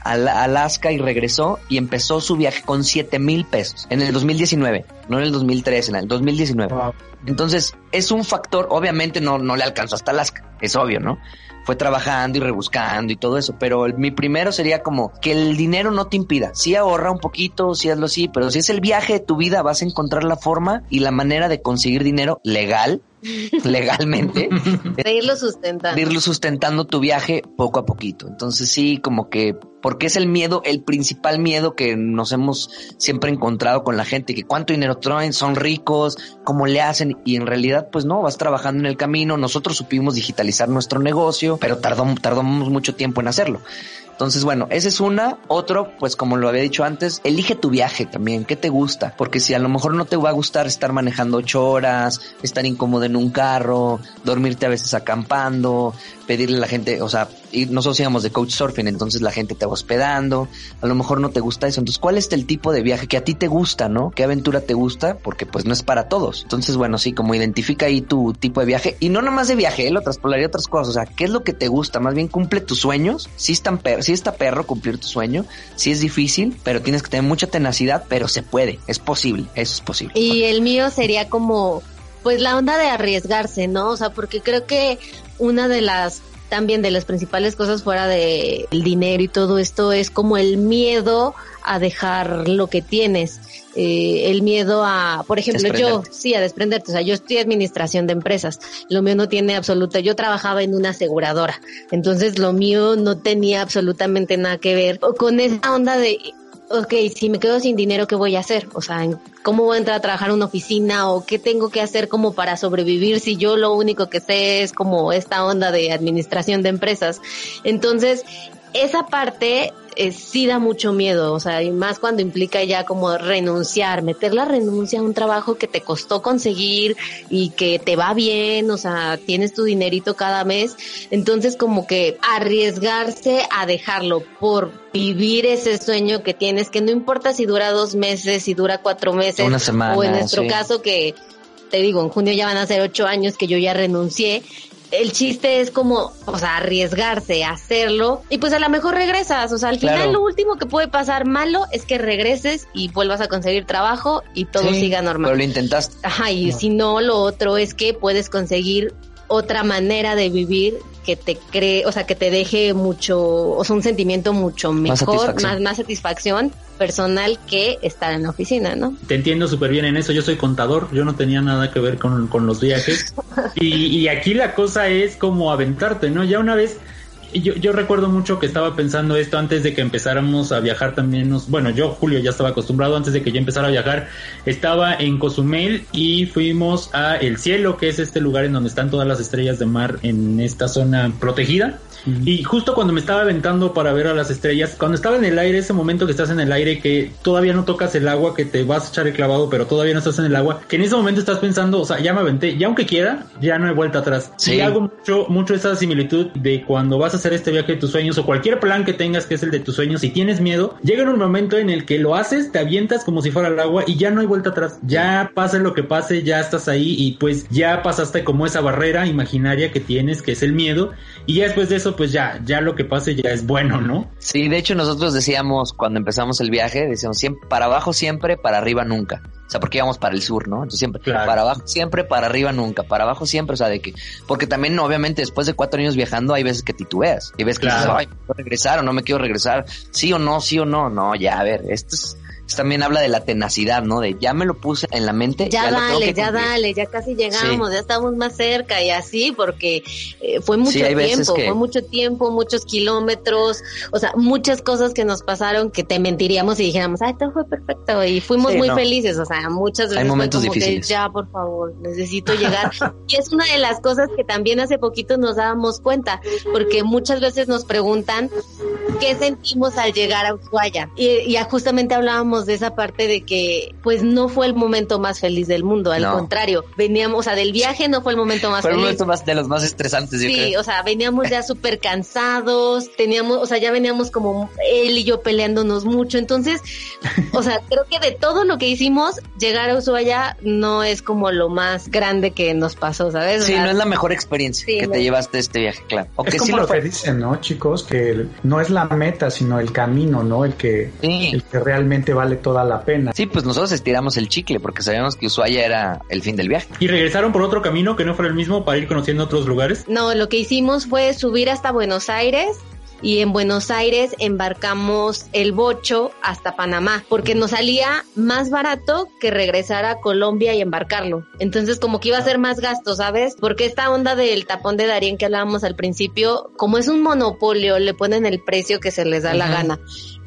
a Alaska y regresó y empezó su viaje con siete mil pesos en el dos mil diecinueve, no en el dos mil trece, en el dos mil diecinueve. Wow. Entonces es un factor, obviamente no, no le alcanzó hasta Alaska, es obvio, ¿no? Fue trabajando y rebuscando y todo eso, pero el, mi primero sería como que el dinero no te impida. Sí ahorra un poquito, sí hazlo así, pero si es el viaje de tu vida vas a encontrar la forma y la manera de conseguir dinero legal, legalmente. De irlo sustentando. De irlo sustentando tu viaje poco a poquito. Entonces sí, como que, porque es el miedo, el principal miedo que nos hemos siempre encontrado con la gente, que cuánto dinero traen, son ricos, cómo le hacen, y en realidad pues no, vas trabajando en el camino. Nosotros supimos digitalizar nuestro negocio, pero tardó, tardamos mucho tiempo en hacerlo. Entonces, bueno, esa es una. Otro, pues como lo había dicho antes, elige tu viaje también. ¿Qué te gusta? Porque si a lo mejor no te va a gustar estar manejando ocho horas, estar incómodo en un carro, dormirte a veces acampando, pedirle a la gente, o sea, y nosotros íbamos de couchsurfing, entonces la gente te va hospedando, a lo mejor no te gusta eso. Entonces, ¿cuál es el tipo de viaje que a ti te gusta, no? ¿Qué aventura te gusta? Porque pues no es para todos. Entonces, bueno, sí, como identifica ahí tu tipo de viaje. Y no nomás de viaje, ¿eh? Lo traspolaría otras cosas. O sea, ¿qué es lo que te gusta? Más bien cumple tus sueños. Sí están per- sí está perro cumplir tu sueño. Sí es difícil, pero tienes que tener mucha tenacidad, pero se puede. Es posible. Eso es posible. Y el mío sería como, pues la onda de arriesgarse, ¿no? O sea, porque creo que una de las también de las principales cosas fuera de el dinero y todo esto es como el miedo a dejar lo que tienes, eh, el miedo a, por ejemplo, yo, sí, a desprenderte, o sea, yo estoy administración de empresas, lo mío no tiene absoluta, yo trabajaba en una aseguradora, entonces lo mío no tenía absolutamente nada que ver con esa onda de, ok, si me quedo sin dinero, ¿qué voy a hacer? O sea, ¿cómo voy a entrar a trabajar en una oficina? ¿O qué tengo que hacer como para sobrevivir si yo lo único que sé es como esta onda de administración de empresas? Entonces, esa parte eh, sí da mucho miedo, o sea, y más cuando implica ya como renunciar, meter la renuncia a un trabajo que te costó conseguir y que te va bien, o sea, tienes tu dinerito cada mes, entonces como que arriesgarse a dejarlo por vivir ese sueño que tienes, que no importa si dura dos meses, si dura cuatro meses, una semana, o en nuestro sí. caso que, te digo, en junio ya van a ser ocho años que yo ya renuncié. El chiste es como, o sea, arriesgarse, hacerlo, y pues a lo mejor regresas, o sea, al final claro. Lo último que puede pasar malo es que regreses y vuelvas a conseguir trabajo y todo sí, siga normal. Pero lo intentaste. Ajá, y no. Si no, lo otro es que puedes conseguir otra manera de vivir que te cree, o sea, que te deje mucho, o sea, un sentimiento mucho mejor, más satisfacción, más, más satisfacción personal que estar en la oficina, ¿no? Te entiendo súper bien en eso, yo soy contador, yo no tenía nada que ver con, con los viajes, y, y aquí la cosa es como aventarte, ¿no? Ya una vez, yo, yo recuerdo mucho que estaba pensando esto antes de que empezáramos a viajar también, nos, bueno, yo, Julio, ya estaba acostumbrado, antes de que yo empezara a viajar, estaba en Cozumel y fuimos a El Cielo, que es este lugar en donde están todas las estrellas de mar en esta zona protegida. Y justo cuando me estaba aventando para ver a las estrellas, cuando estaba en el aire, ese momento que estás en el aire, que todavía no tocas el agua, que te vas a echar el clavado, pero todavía no estás en el agua, que en ese momento estás pensando, o sea, ya me aventé, ya aunque quiera, ya no hay vuelta atrás. Sí. Y hago mucho, mucho esa similitud de cuando vas a hacer este viaje de tus sueños, o cualquier plan que tengas que es el de tus sueños, si tienes miedo, llega en un momento en el que lo haces, te avientas como si fuera el agua y ya no hay vuelta atrás. Ya pase lo que pase, ya estás ahí y pues ya pasaste como esa barrera imaginaria que tienes, que es el miedo, y ya después de eso, pues ya, ya lo que pase ya es bueno, ¿no? Sí, de hecho nosotros decíamos cuando empezamos el viaje, decíamos siempre para abajo siempre, para arriba nunca. O sea, porque íbamos para el sur, ¿no? Entonces siempre, claro. Para abajo siempre, para arriba nunca, para abajo siempre, o sea, de que, porque también obviamente después de cuatro años viajando hay veces que titubeas, y ves que claro. Dices, ay, ¿me quiero regresar o no me quiero regresar? Sí o no, sí o no, no, ya, a ver, esto es... también habla de la tenacidad, ¿no? De ya me lo puse en la mente. Ya, ya dale, ya dale, ya casi llegamos, sí. Ya estamos más cerca y así, porque eh, fue mucho sí, tiempo, que... fue mucho tiempo, muchos kilómetros, o sea, muchas cosas que nos pasaron que te mentiríamos y dijéramos, ay, todo fue perfecto y fuimos sí, muy no. felices, o sea, muchas veces hay momentos fue como difíciles. Que ya, por favor, necesito llegar. Y es una de las cosas que también hace poquito nos dábamos cuenta, porque muchas veces nos preguntan qué sentimos al llegar a Ushuaia y, y justamente hablábamos hablábamos de esa parte de que pues no fue el momento más feliz del mundo, al no. contrario, veníamos, o sea, del viaje no fue el momento más fue feliz. Fue el momento más de los más estresantes, yo sí, creo. O sea, veníamos ya súper cansados, teníamos, o sea, ya veníamos como él y yo peleándonos mucho, entonces, o sea, creo que de todo lo que hicimos, llegar a Ushuaia no es como lo más grande que nos pasó, ¿sabes? Sí, o sea, no es la mejor experiencia sí, que no. te llevaste de este viaje, claro. O es que como sí lo, lo que dicen, ¿no, chicos? Que el, no es la meta, sino el camino, ¿no? El que, sí. el que realmente vale toda la pena. Sí, pues nosotros estiramos el chicle porque sabíamos que Ushuaia era el fin del viaje. ¿Y regresaron por otro camino que no fuera el mismo para ir conociendo otros lugares? No, lo que hicimos fue subir hasta Buenos Aires y en Buenos Aires embarcamos el bocho hasta Panamá, porque nos salía más barato que regresar a Colombia y embarcarlo. Entonces como que iba a ser más gasto, ¿sabes? Porque esta onda del tapón de Darién que hablábamos al principio, como es un monopolio, le ponen el precio que se les da uh-huh. la gana.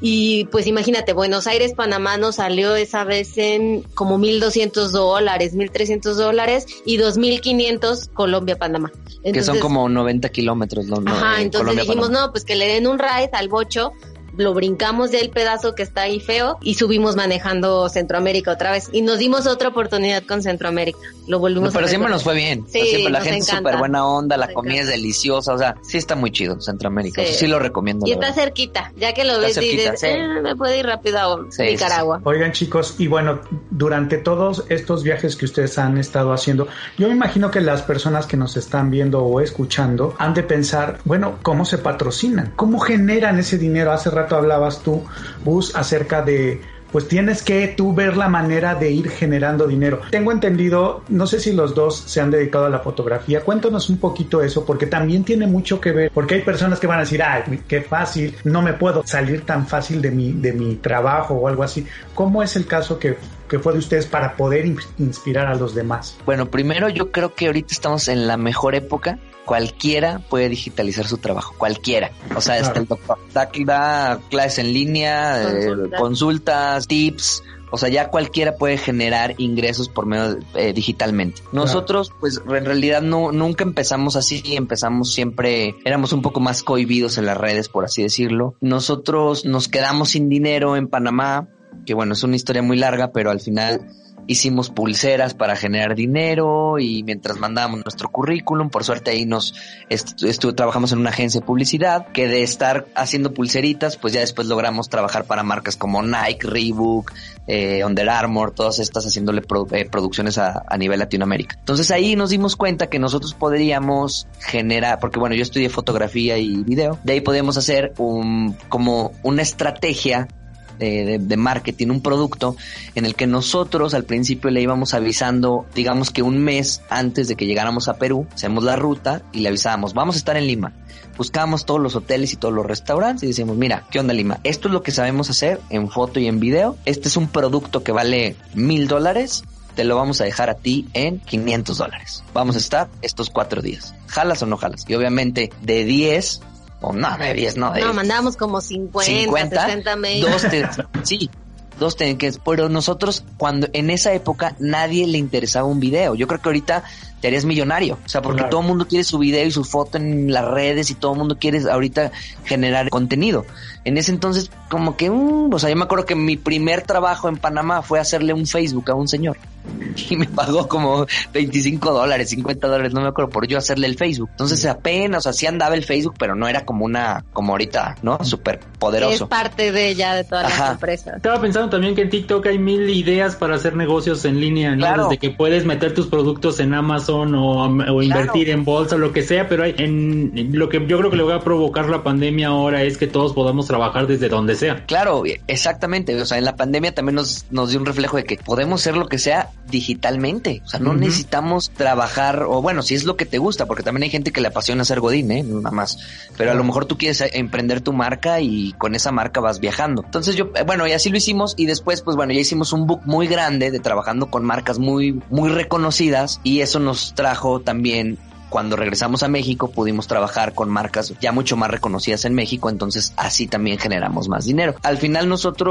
Y pues imagínate, Buenos Aires, Panamá nos salió esa vez en como mil doscientos dólares, mil trescientos dólares y dos mil quinientos Colombia, Panamá. Entonces, que son como noventa kilómetros, ¿no? Ajá, entonces Colombia, dijimos, Panamá. no, pues que le den un ride al bocho, lo brincamos del pedazo que está ahí feo y subimos manejando Centroamérica otra vez. Y nos dimos otra oportunidad con Centroamérica. Lo volvimos no, pero a siempre nos fue bien. Sí, o sea, siempre la nos gente es encanta. súper buena onda, la Nos comida encanta. es deliciosa, o sea, sí está muy chido Centroamérica. Sí, o sea, sí lo recomiendo. Y está verdad. cerquita, ya que lo está ves cerquita, y dices, sí. eh, me puede ir rápido a sí, Nicaragua. Sí. Oigan, chicos, y bueno, durante todos estos viajes que ustedes han estado haciendo, yo me imagino que las personas que nos están viendo o escuchando han de pensar, bueno, ¿cómo se patrocinan? ¿Cómo generan ese dinero? Hace rato hablabas tú, Bus, acerca de, pues tienes que tú ver la manera de ir generando dinero. Tengo entendido, no sé si los dos se han dedicado a la fotografía, cuéntanos un poquito eso, porque también tiene mucho que ver, porque hay personas que van a decir, ay, qué fácil, no me puedo salir tan fácil de mi, de mi trabajo o algo así. ¿Cómo es el caso que, que fue de ustedes para poder inspirar a los demás? Bueno, primero yo creo que ahorita estamos en la mejor época. Cualquiera puede digitalizar su trabajo, cualquiera. O sea, claro. Está el doctor da, da clases en línea, Consulta. eh, consultas, tips. O sea, ya cualquiera puede generar ingresos por medio eh, digitalmente. Nosotros, claro. pues, en realidad no nunca empezamos así. Empezamos siempre, éramos un poco más cohibidos en las redes, por así decirlo. Nosotros nos quedamos sin dinero en Panamá, que bueno, es una historia muy larga, pero al final hicimos pulseras para generar dinero y mientras mandábamos nuestro currículum, por suerte ahí nos estu- estu- trabajamos en una agencia de publicidad que de estar haciendo pulseritas, pues ya después logramos trabajar para marcas como Nike, Reebok, eh, Under Armour, todas estas haciéndole pro- eh, producciones a, a nivel Latinoamérica. Entonces ahí nos dimos cuenta que nosotros podríamos generar, porque bueno, yo estudié fotografía y video, de ahí podíamos hacer un como una estrategia De, de, de marketing, un producto en el que nosotros al principio le íbamos avisando, digamos que un mes antes de que llegáramos a Perú, hacemos la ruta y le avisábamos, vamos a estar en Lima. Buscábamos todos los hoteles y todos los restaurantes y decíamos, mira, ¿qué onda Lima? Esto es lo que sabemos hacer en foto y en video. Este es un producto que vale mil dólares. Te lo vamos a dejar a ti en quinientos dólares. Vamos a estar estos cuatro días. ¿Jalas o no jalas? Y obviamente de diez... O no, de diez, no. De no, mandábamos como cincuenta, cincuenta sesenta mails. Dos te, sí, dos te, que, pero nosotros cuando en esa época nadie le interesaba un video. Yo creo que ahorita te harías millonario. O sea, porque claro. todo el mundo quiere su video y su foto en las redes y todo el mundo quiere ahorita generar contenido. En ese entonces, como que, um, o sea, yo me acuerdo que mi primer trabajo en Panamá fue hacerle un Facebook a un señor. Y me pagó como veinticinco dólares, cincuenta dólares, no me acuerdo, por yo hacerle el Facebook. Entonces apenas, o sea, sí andaba el Facebook, pero no era como una, como ahorita, ¿no? Súper poderoso. Es parte de ya de todas Ajá. las empresas. Estaba pensando también que en TikTok hay mil ideas para hacer negocios en línea, ¿no? Claro. Desde que puedes meter tus productos en Amazon o, o invertir claro. en bolsa, lo que sea, pero hay en, en lo que yo creo que le va a provocar la pandemia ahora es que todos podamos trabajar desde donde sea. Claro, exactamente. O sea, en la pandemia también nos, nos dio un reflejo de que podemos hacer lo que sea digitalmente. O sea, no uh-huh. necesitamos trabajar, o bueno, si es lo que te gusta, porque también hay gente que le apasiona ser godín, ¿eh? Nada más. Pero uh-huh. a lo mejor tú quieres emprender tu marca y con esa marca vas viajando. Entonces yo, bueno, y así lo hicimos y después, pues bueno, ya hicimos un book muy grande de trabajando con marcas muy, muy reconocidas y eso nos trajo también. Cuando regresamos a México pudimos trabajar con marcas ya mucho más reconocidas en México, entonces así también generamos más dinero. Al final nosotros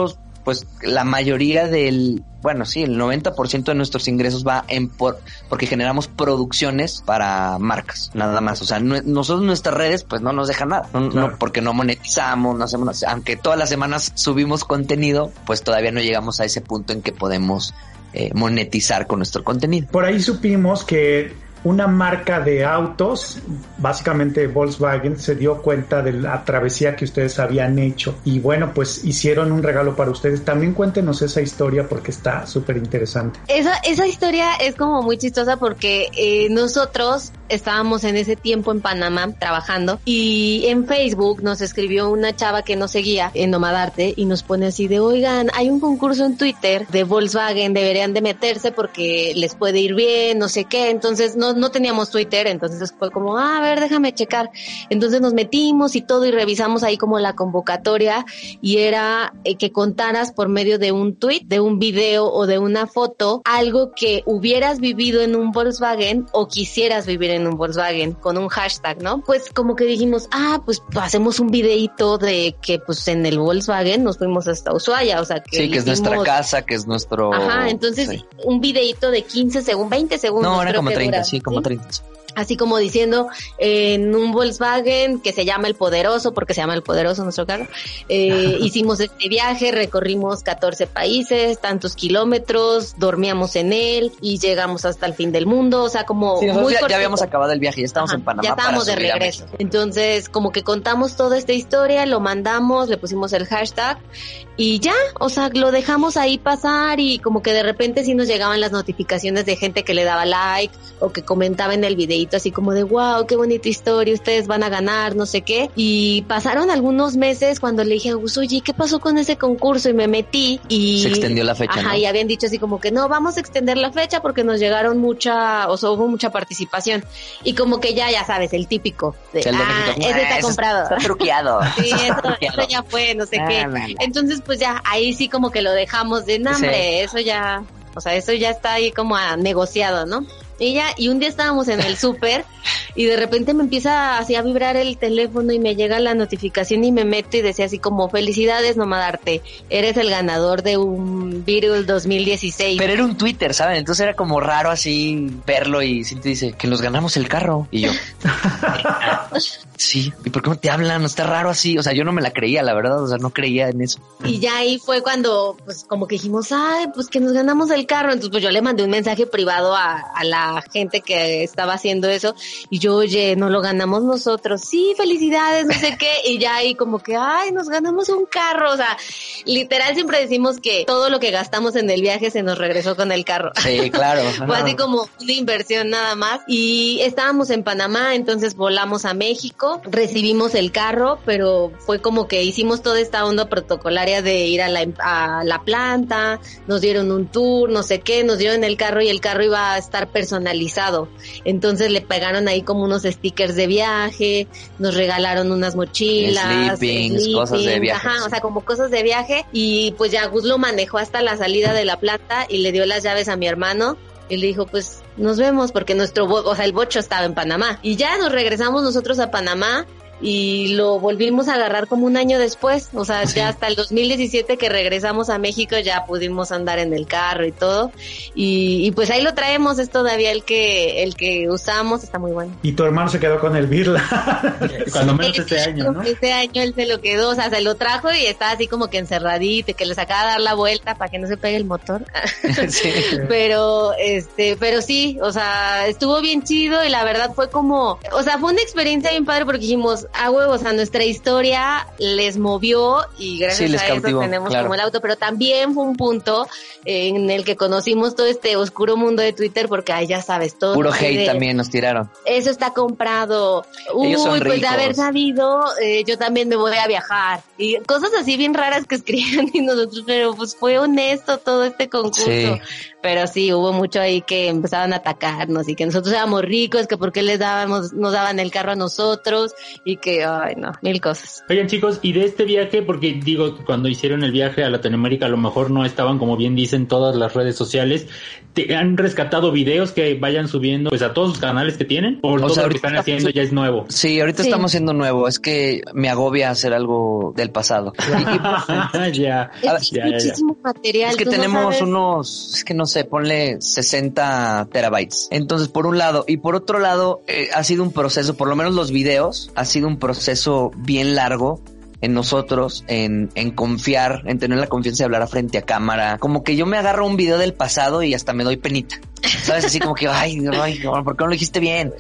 pues la mayoría del, bueno, sí, el noventa por ciento de nuestros ingresos va en por, porque generamos producciones para marcas, nada más. O sea, no, nosotros nuestras redes pues no nos dejan nada, no, claro. no, porque no monetizamos, no hacemos, aunque todas las semanas subimos contenido, pues todavía no llegamos a ese punto en que podemos eh, monetizar con nuestro contenido. Por ahí supimos que una marca de autos, básicamente Volkswagen, se dio cuenta de la travesía que ustedes habían hecho y bueno, pues hicieron un regalo para ustedes. También cuéntenos esa historia porque está súper interesante. Esa, esa historia es como muy chistosa porque eh, nosotros estábamos en ese tiempo en Panamá trabajando y en Facebook nos escribió una chava que nos seguía en Nomadarte y nos pone así de, oigan, hay un concurso en Twitter de Volkswagen, deberían de meterse porque les puede ir bien, no sé qué. Entonces no, no teníamos Twitter, entonces fue como, ah, a ver, déjame checar. Entonces nos metimos y todo y revisamos ahí como la convocatoria y era eh, que contaras por medio de un tweet, de un video o de una foto algo que hubieras vivido en un Volkswagen o quisieras vivir en en un Volkswagen con un hashtag, ¿no? Pues como que dijimos, ah, pues hacemos un videito de que pues en el Volkswagen nos fuimos hasta Ushuaia, o sea que sí, que hicimos... es nuestra casa, que es nuestro... Ajá, entonces sí. Un videito de quince segundos, veinte segundos. No, era como treinta, dura, sí, como ¿sí? treinta. Así como diciendo, eh, en un Volkswagen que se llama El Poderoso, porque se llama El Poderoso nuestro carro, eh, hicimos este viaje, recorrimos catorce países, tantos kilómetros, dormíamos en él y llegamos hasta el fin del mundo, o sea, como sí, muy ya, ya habíamos acabado el viaje, ya estábamos Ajá, en Panamá. Ya estábamos de regreso. Entonces, como que contamos toda esta historia, lo mandamos, le pusimos el hashtag y ya, o sea, lo dejamos ahí pasar y como que de repente sí nos llegaban las notificaciones de gente que le daba like o que comentaba en el videíto así como de wow, qué bonita historia, ustedes van a ganar, no sé qué. Y pasaron algunos meses cuando le dije a Gus, oye, ¿qué pasó con ese concurso? Y me metí y... Se extendió la fecha, Ajá, ¿no? y habían dicho así como que no, vamos a extender la fecha porque nos llegaron mucha, o sea, hubo mucha participación. Y como que ya, ya sabes, el típico de, el ah, México, ese está eso comprado. Está truqueado. Sí, eso, truqueado. eso ya fue, no sé ah, qué. No, no. Entonces, pues ya, ahí sí como que lo dejamos de nombre, sí. Eso ya, o sea, eso ya está ahí como a negociado, ¿no? Y ya, y un día estábamos en el súper y de repente me empieza así a vibrar el teléfono y me llega la notificación y me meto y decía así como, felicidades Nomadarte, eres el ganador de un Beetle dos mil dieciséis. Pero era un Twitter, ¿saben? Entonces era como raro así verlo y sí te dice que nos ganamos el carro. Y yo, sí, ¿y por qué no te hablan? Está raro así, o sea, yo no me la creía, la verdad, o sea, no creía en eso. Y ya ahí fue cuando, pues como que dijimos, ay, pues que nos ganamos el carro. Entonces pues yo le mandé un mensaje privado a, a la gente que estaba haciendo eso y yo, oye, no lo ganamos nosotros, sí, felicidades, no sé qué, y ya ahí como que, ay, nos ganamos un carro, o sea, literal siempre decimos que todo lo que gastamos en el viaje se nos regresó con el carro. Sí, claro. Fue así como una inversión nada más y estábamos en Panamá, entonces volamos a México, recibimos el carro, pero fue como que hicimos toda esta onda protocolaria de ir a la, a la planta, nos dieron un tour, no sé qué, nos dieron el carro y el carro iba a estar personalizado personalizado, entonces le pegaron ahí como unos stickers de viaje, nos regalaron unas mochilas, sleepings, sleeping, cosas de viaje, ajá, o sea, como cosas de viaje y pues ya Gus lo manejó hasta la salida de la planta y le dio las llaves a mi hermano y le dijo pues nos vemos porque nuestro, bo- o sea, el bocho estaba en Panamá y ya nos regresamos nosotros a Panamá y lo volvimos a agarrar como un año después, o sea, sí. Ya hasta el dos mil diecisiete que regresamos a México ya pudimos andar en el carro y todo, y, y pues ahí lo traemos, es todavía el que el que usamos, está muy bueno. Y tu hermano se quedó con el Birla. Cuando menos sí, este año, ¿no? Este año él se lo quedó, o sea, se lo trajo y está así como que encerradito, que le sacaba a dar la vuelta para que no se pegue el motor. Sí. Pero, este, pero sí, o sea, estuvo bien chido y la verdad fue como, o sea, fue una experiencia bien padre porque dijimos, a huevos, a nuestra historia les movió y gracias sí, les a cautivó, eso tenemos claro. como el auto, pero también fue un punto en el que conocimos todo este oscuro mundo de Twitter porque ahí ya sabes todo. Puro hate de, también nos tiraron. Eso está comprado. Uy, Ellos son pues ricos. de haber sabido, eh, yo también me voy a viajar. Y cosas así bien raras que escribían y nosotros, pero pues fue honesto todo este concurso. Sí. pero sí, hubo mucho ahí que empezaban a atacarnos y que nosotros éramos ricos, que por qué les dábamos, nos daban el carro a nosotros y que, ay no, mil cosas. Oigan chicos, y de este viaje, porque digo, cuando hicieron el viaje a Latinoamérica a lo mejor no estaban, como bien dicen, todas las redes sociales, ¿te han rescatado videos que vayan subiendo pues a todos los canales que tienen? ¿O, o todo sea, lo que están haciendo ya es nuevo? Sí, ahorita sí. Estamos haciendo nuevo, es que me agobia hacer algo del pasado. ya, es ya, muchísimo ya. material. Es que tenemos no unos, es que no sé, ponle sesenta terabytes. Entonces, por un lado, y por otro lado, eh, ha sido un proceso, por lo menos los videos, ha sido un proceso bien largo en nosotros, en, en confiar, en tener la confianza de hablar a frente a cámara. Como que yo me agarro un video del pasado y hasta me doy penita. ¿Sabes? Así como que, ay, ay, ¿por qué no lo dijiste bien?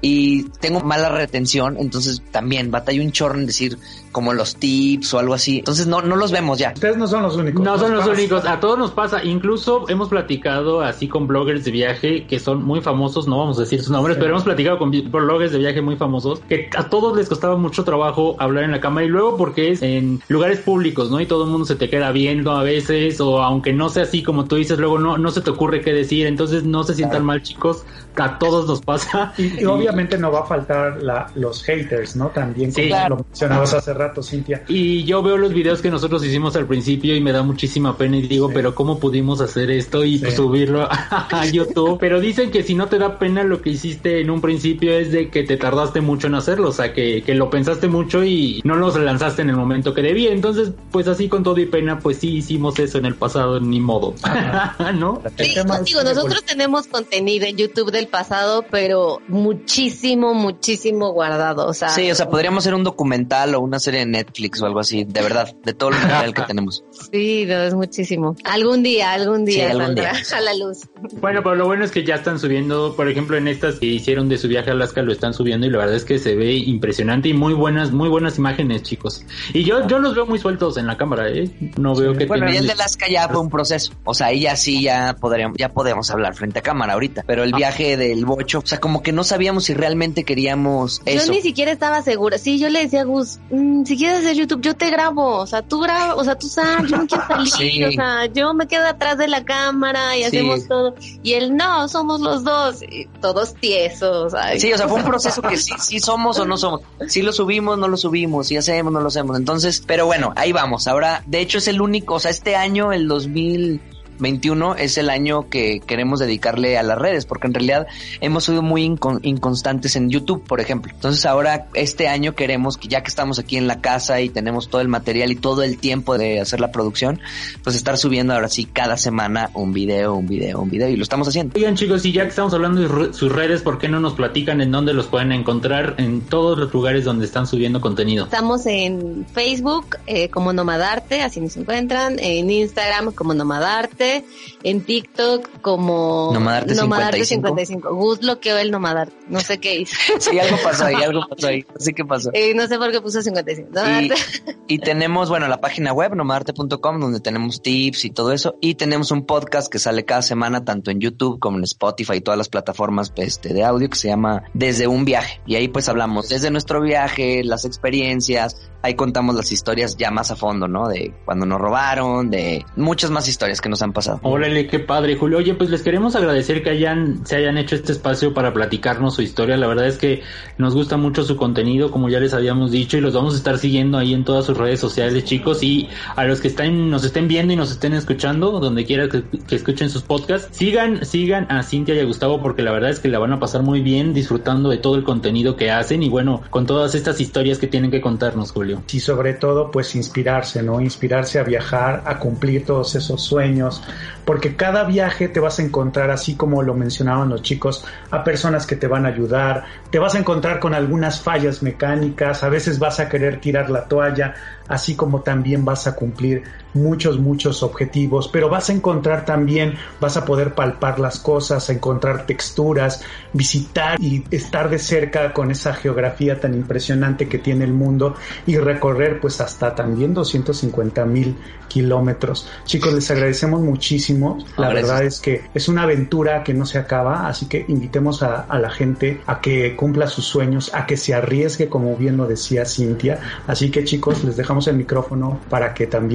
Y tengo mala retención, entonces también batallo un chorro en decir como los tips o algo así. Entonces no no los vemos ya. Ustedes no son los únicos. No son los pasa. únicos. A todos nos pasa. Incluso hemos platicado así con bloggers de viaje que son muy famosos. No vamos a decir sus nombres, sí. Pero hemos platicado con bloggers de viaje muy famosos que a todos les costaba mucho trabajo hablar en la cámara y luego porque es en lugares públicos, ¿no? Y todo el mundo se te queda viendo a veces o aunque no sea así como tú dices, luego no no se te ocurre qué decir. Entonces no se sientan claro. mal, chicos. A todos nos pasa. Y, y obviamente no va a faltar la, los haters, ¿no? También, como sí, claro. lo mencionabas hace rato, Cintia. Y yo veo los videos que nosotros hicimos al principio y me da muchísima pena y digo, sí. pero ¿cómo pudimos hacer esto y sí. pues, subirlo a YouTube? Pero dicen que si no te da pena lo que hiciste en un principio es de que te tardaste mucho en hacerlo, o sea, que, que lo pensaste mucho y no los lanzaste en el momento que debía. Entonces, pues así con todo y pena, pues sí hicimos eso en el pasado, ni modo. ¿No? Sí, digo, nosotros tenemos contenido en YouTube del pasado, pero muchísimo, muchísimo guardado, o sea. Sí, o sea, podríamos hacer un documental o una serie de Netflix o algo así, de verdad, de todo el material que tenemos. Sí, no, es muchísimo. Algún día, algún día sí, algún saldrá día. a la luz. Bueno, pero lo bueno es que ya están subiendo, por ejemplo, en estas que hicieron de su viaje a Alaska lo están subiendo y la verdad es que se ve impresionante y muy buenas, muy buenas imágenes, chicos. Y yo, yo los veo muy sueltos en la cámara, ¿eh? No veo que bueno, tengan... y el de Alaska ya fue un proceso, o sea, ahí ya sí ya podríamos, ya podemos hablar frente a cámara ahorita, pero el viaje del bocho, o sea, como que no sabíamos si realmente queríamos eso. Yo ni siquiera estaba segura. Sí, yo le decía a Gus, mmm, si quieres hacer YouTube, yo te grabo. O sea, tú grabas, o sea, tú sabes, yo no quiero salir. Sí. O sea, yo me quedo atrás de la cámara y sí. hacemos todo. Y él, no, somos los dos. Y todos tiesos. Ay. Sí, o sea, fue un proceso que sí, sí somos o no somos. Sí lo subimos, no lo subimos. Sí hacemos, no lo hacemos. Entonces, pero bueno, ahí vamos. Ahora, de hecho, es el único, o sea, este año, el dos mil veintiuno es el año que queremos dedicarle a las redes, porque en realidad hemos sido muy incon- inconstantes en YouTube, por ejemplo. Entonces ahora este año queremos que ya que estamos aquí en la casa y tenemos todo el material y todo el tiempo de hacer la producción, pues estar subiendo ahora sí cada semana un video, un video, un video y lo estamos haciendo. Oigan chicos, y ya que estamos hablando de re- sus redes, ¿por qué no nos platican en dónde los pueden encontrar en todos los lugares donde están subiendo contenido? Estamos en Facebook eh, como Nomadarte, así nos encuentran, en Instagram como Nomadarte, en TikTok como Nomadarte, Nomadarte cincuenta cincuenta y y cinco. Gus bloqueó el Nomadarte, no sé qué hizo. Sí, algo pasó ahí, algo pasó ahí, no sé qué pasó. Eh, no sé por qué puso cincuenta y cinco. Y, y tenemos, bueno, la página web nomadarte punto com donde tenemos tips y todo eso, y tenemos un podcast que sale cada semana tanto en YouTube como en Spotify y todas las plataformas este, de audio que se llama Desde un Viaje, y ahí pues hablamos desde nuestro viaje, las experiencias, ahí contamos las historias ya más a fondo, ¿no? De cuando nos robaron, de muchas más historias que nos han pasado. Órale, qué padre, Julio. Oye, pues les queremos agradecer que hayan se hayan hecho este espacio para platicarnos su historia. La verdad es que nos gusta mucho su contenido, como ya les habíamos dicho, y los vamos a estar siguiendo ahí en todas sus redes sociales, chicos. Y a los que están nos estén viendo y nos estén escuchando, donde quiera que, que escuchen sus podcasts, sigan, sigan a Cintia y a Gustavo, porque la verdad es que la van a pasar muy bien disfrutando de todo el contenido que hacen y bueno, con todas estas historias que tienen que contarnos, Julio. Y sobre todo, pues inspirarse, ¿no? Inspirarse a viajar, a cumplir todos esos sueños, porque cada viaje te vas a encontrar, así como lo mencionaban los chicos, a personas que te van a ayudar, te vas a encontrar con algunas fallas mecánicas, a veces vas a querer tirar la toalla, así como también vas a cumplir muchos, muchos objetivos, pero vas a encontrar también, vas a poder palpar las cosas, encontrar texturas, visitar y estar de cerca con esa geografía tan impresionante que tiene el mundo y recorrer pues hasta también doscientos cincuenta mil kilómetros. Chicos, les agradecemos muchísimo, la ah, verdad es que es una aventura que no se acaba, así que invitemos a, a la gente a que cumpla sus sueños, a que se arriesgue, como bien lo decía Cintia, así que chicos, les dejamos el micrófono para que también lo digan.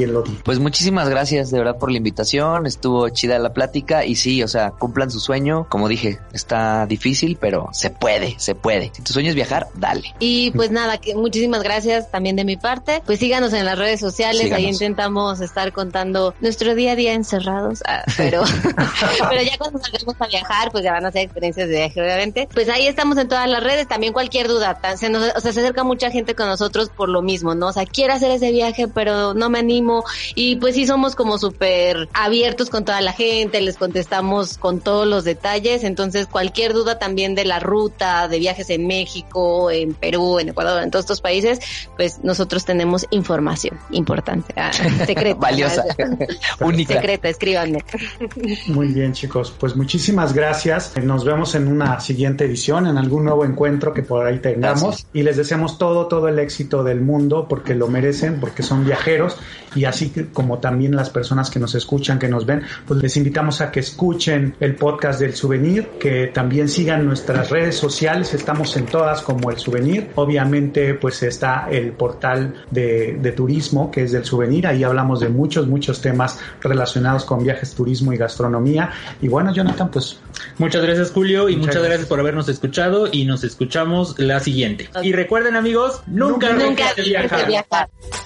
Pues muchísimas gracias de verdad por la invitación, estuvo chida la plática y sí, o sea, cumplan su sueño, como dije, está difícil, pero se puede, se puede. Si tu sueño es viajar, dale. Y pues nada, que muchísimas gracias también de mi parte. Pues síganos en las redes sociales, síganos. Ahí intentamos estar contando nuestro día a día encerrados, ah, pero pero ya cuando salgamos a viajar, pues ya van a ser experiencias de viaje, obviamente. Pues ahí estamos en todas las redes, también cualquier duda, se nos, o sea, se acerca mucha gente con nosotros por lo mismo, ¿no? O sea, quiero hacer ese viaje, pero no me animo, y pues sí somos como súper abiertos con toda la gente, les contestamos con todos los detalles, entonces cualquier duda también de la ruta, de viajes en México, en Perú, en Ecuador, en todos estos países, pues nosotros tenemos información importante, ah, secreta. Valiosa, única. Secreta, escríbanme. Muy bien, chicos, pues muchísimas gracias, nos vemos en una siguiente edición, en algún nuevo encuentro que por ahí tengamos, gracias. Y les deseamos todo, todo el éxito del mundo, porque lo merecen, porque son viajeros, y así como también las personas que nos escuchan, que nos ven, pues les invitamos a que escuchen el podcast del Souvenir, que también sigan nuestras redes sociales, estamos en todas como El Souvenir, obviamente pues está el portal de, de turismo, que es del Souvenir, ahí hablamos de muchos, muchos temas relacionados con viajes, turismo y gastronomía, y bueno, Jonathan, pues... Muchas gracias, Julio, y muchas, muchas gracias por habernos escuchado, y nos escuchamos la siguiente. Okay. Y recuerden, amigos, nunca, nunca, nunca dejes de viajar.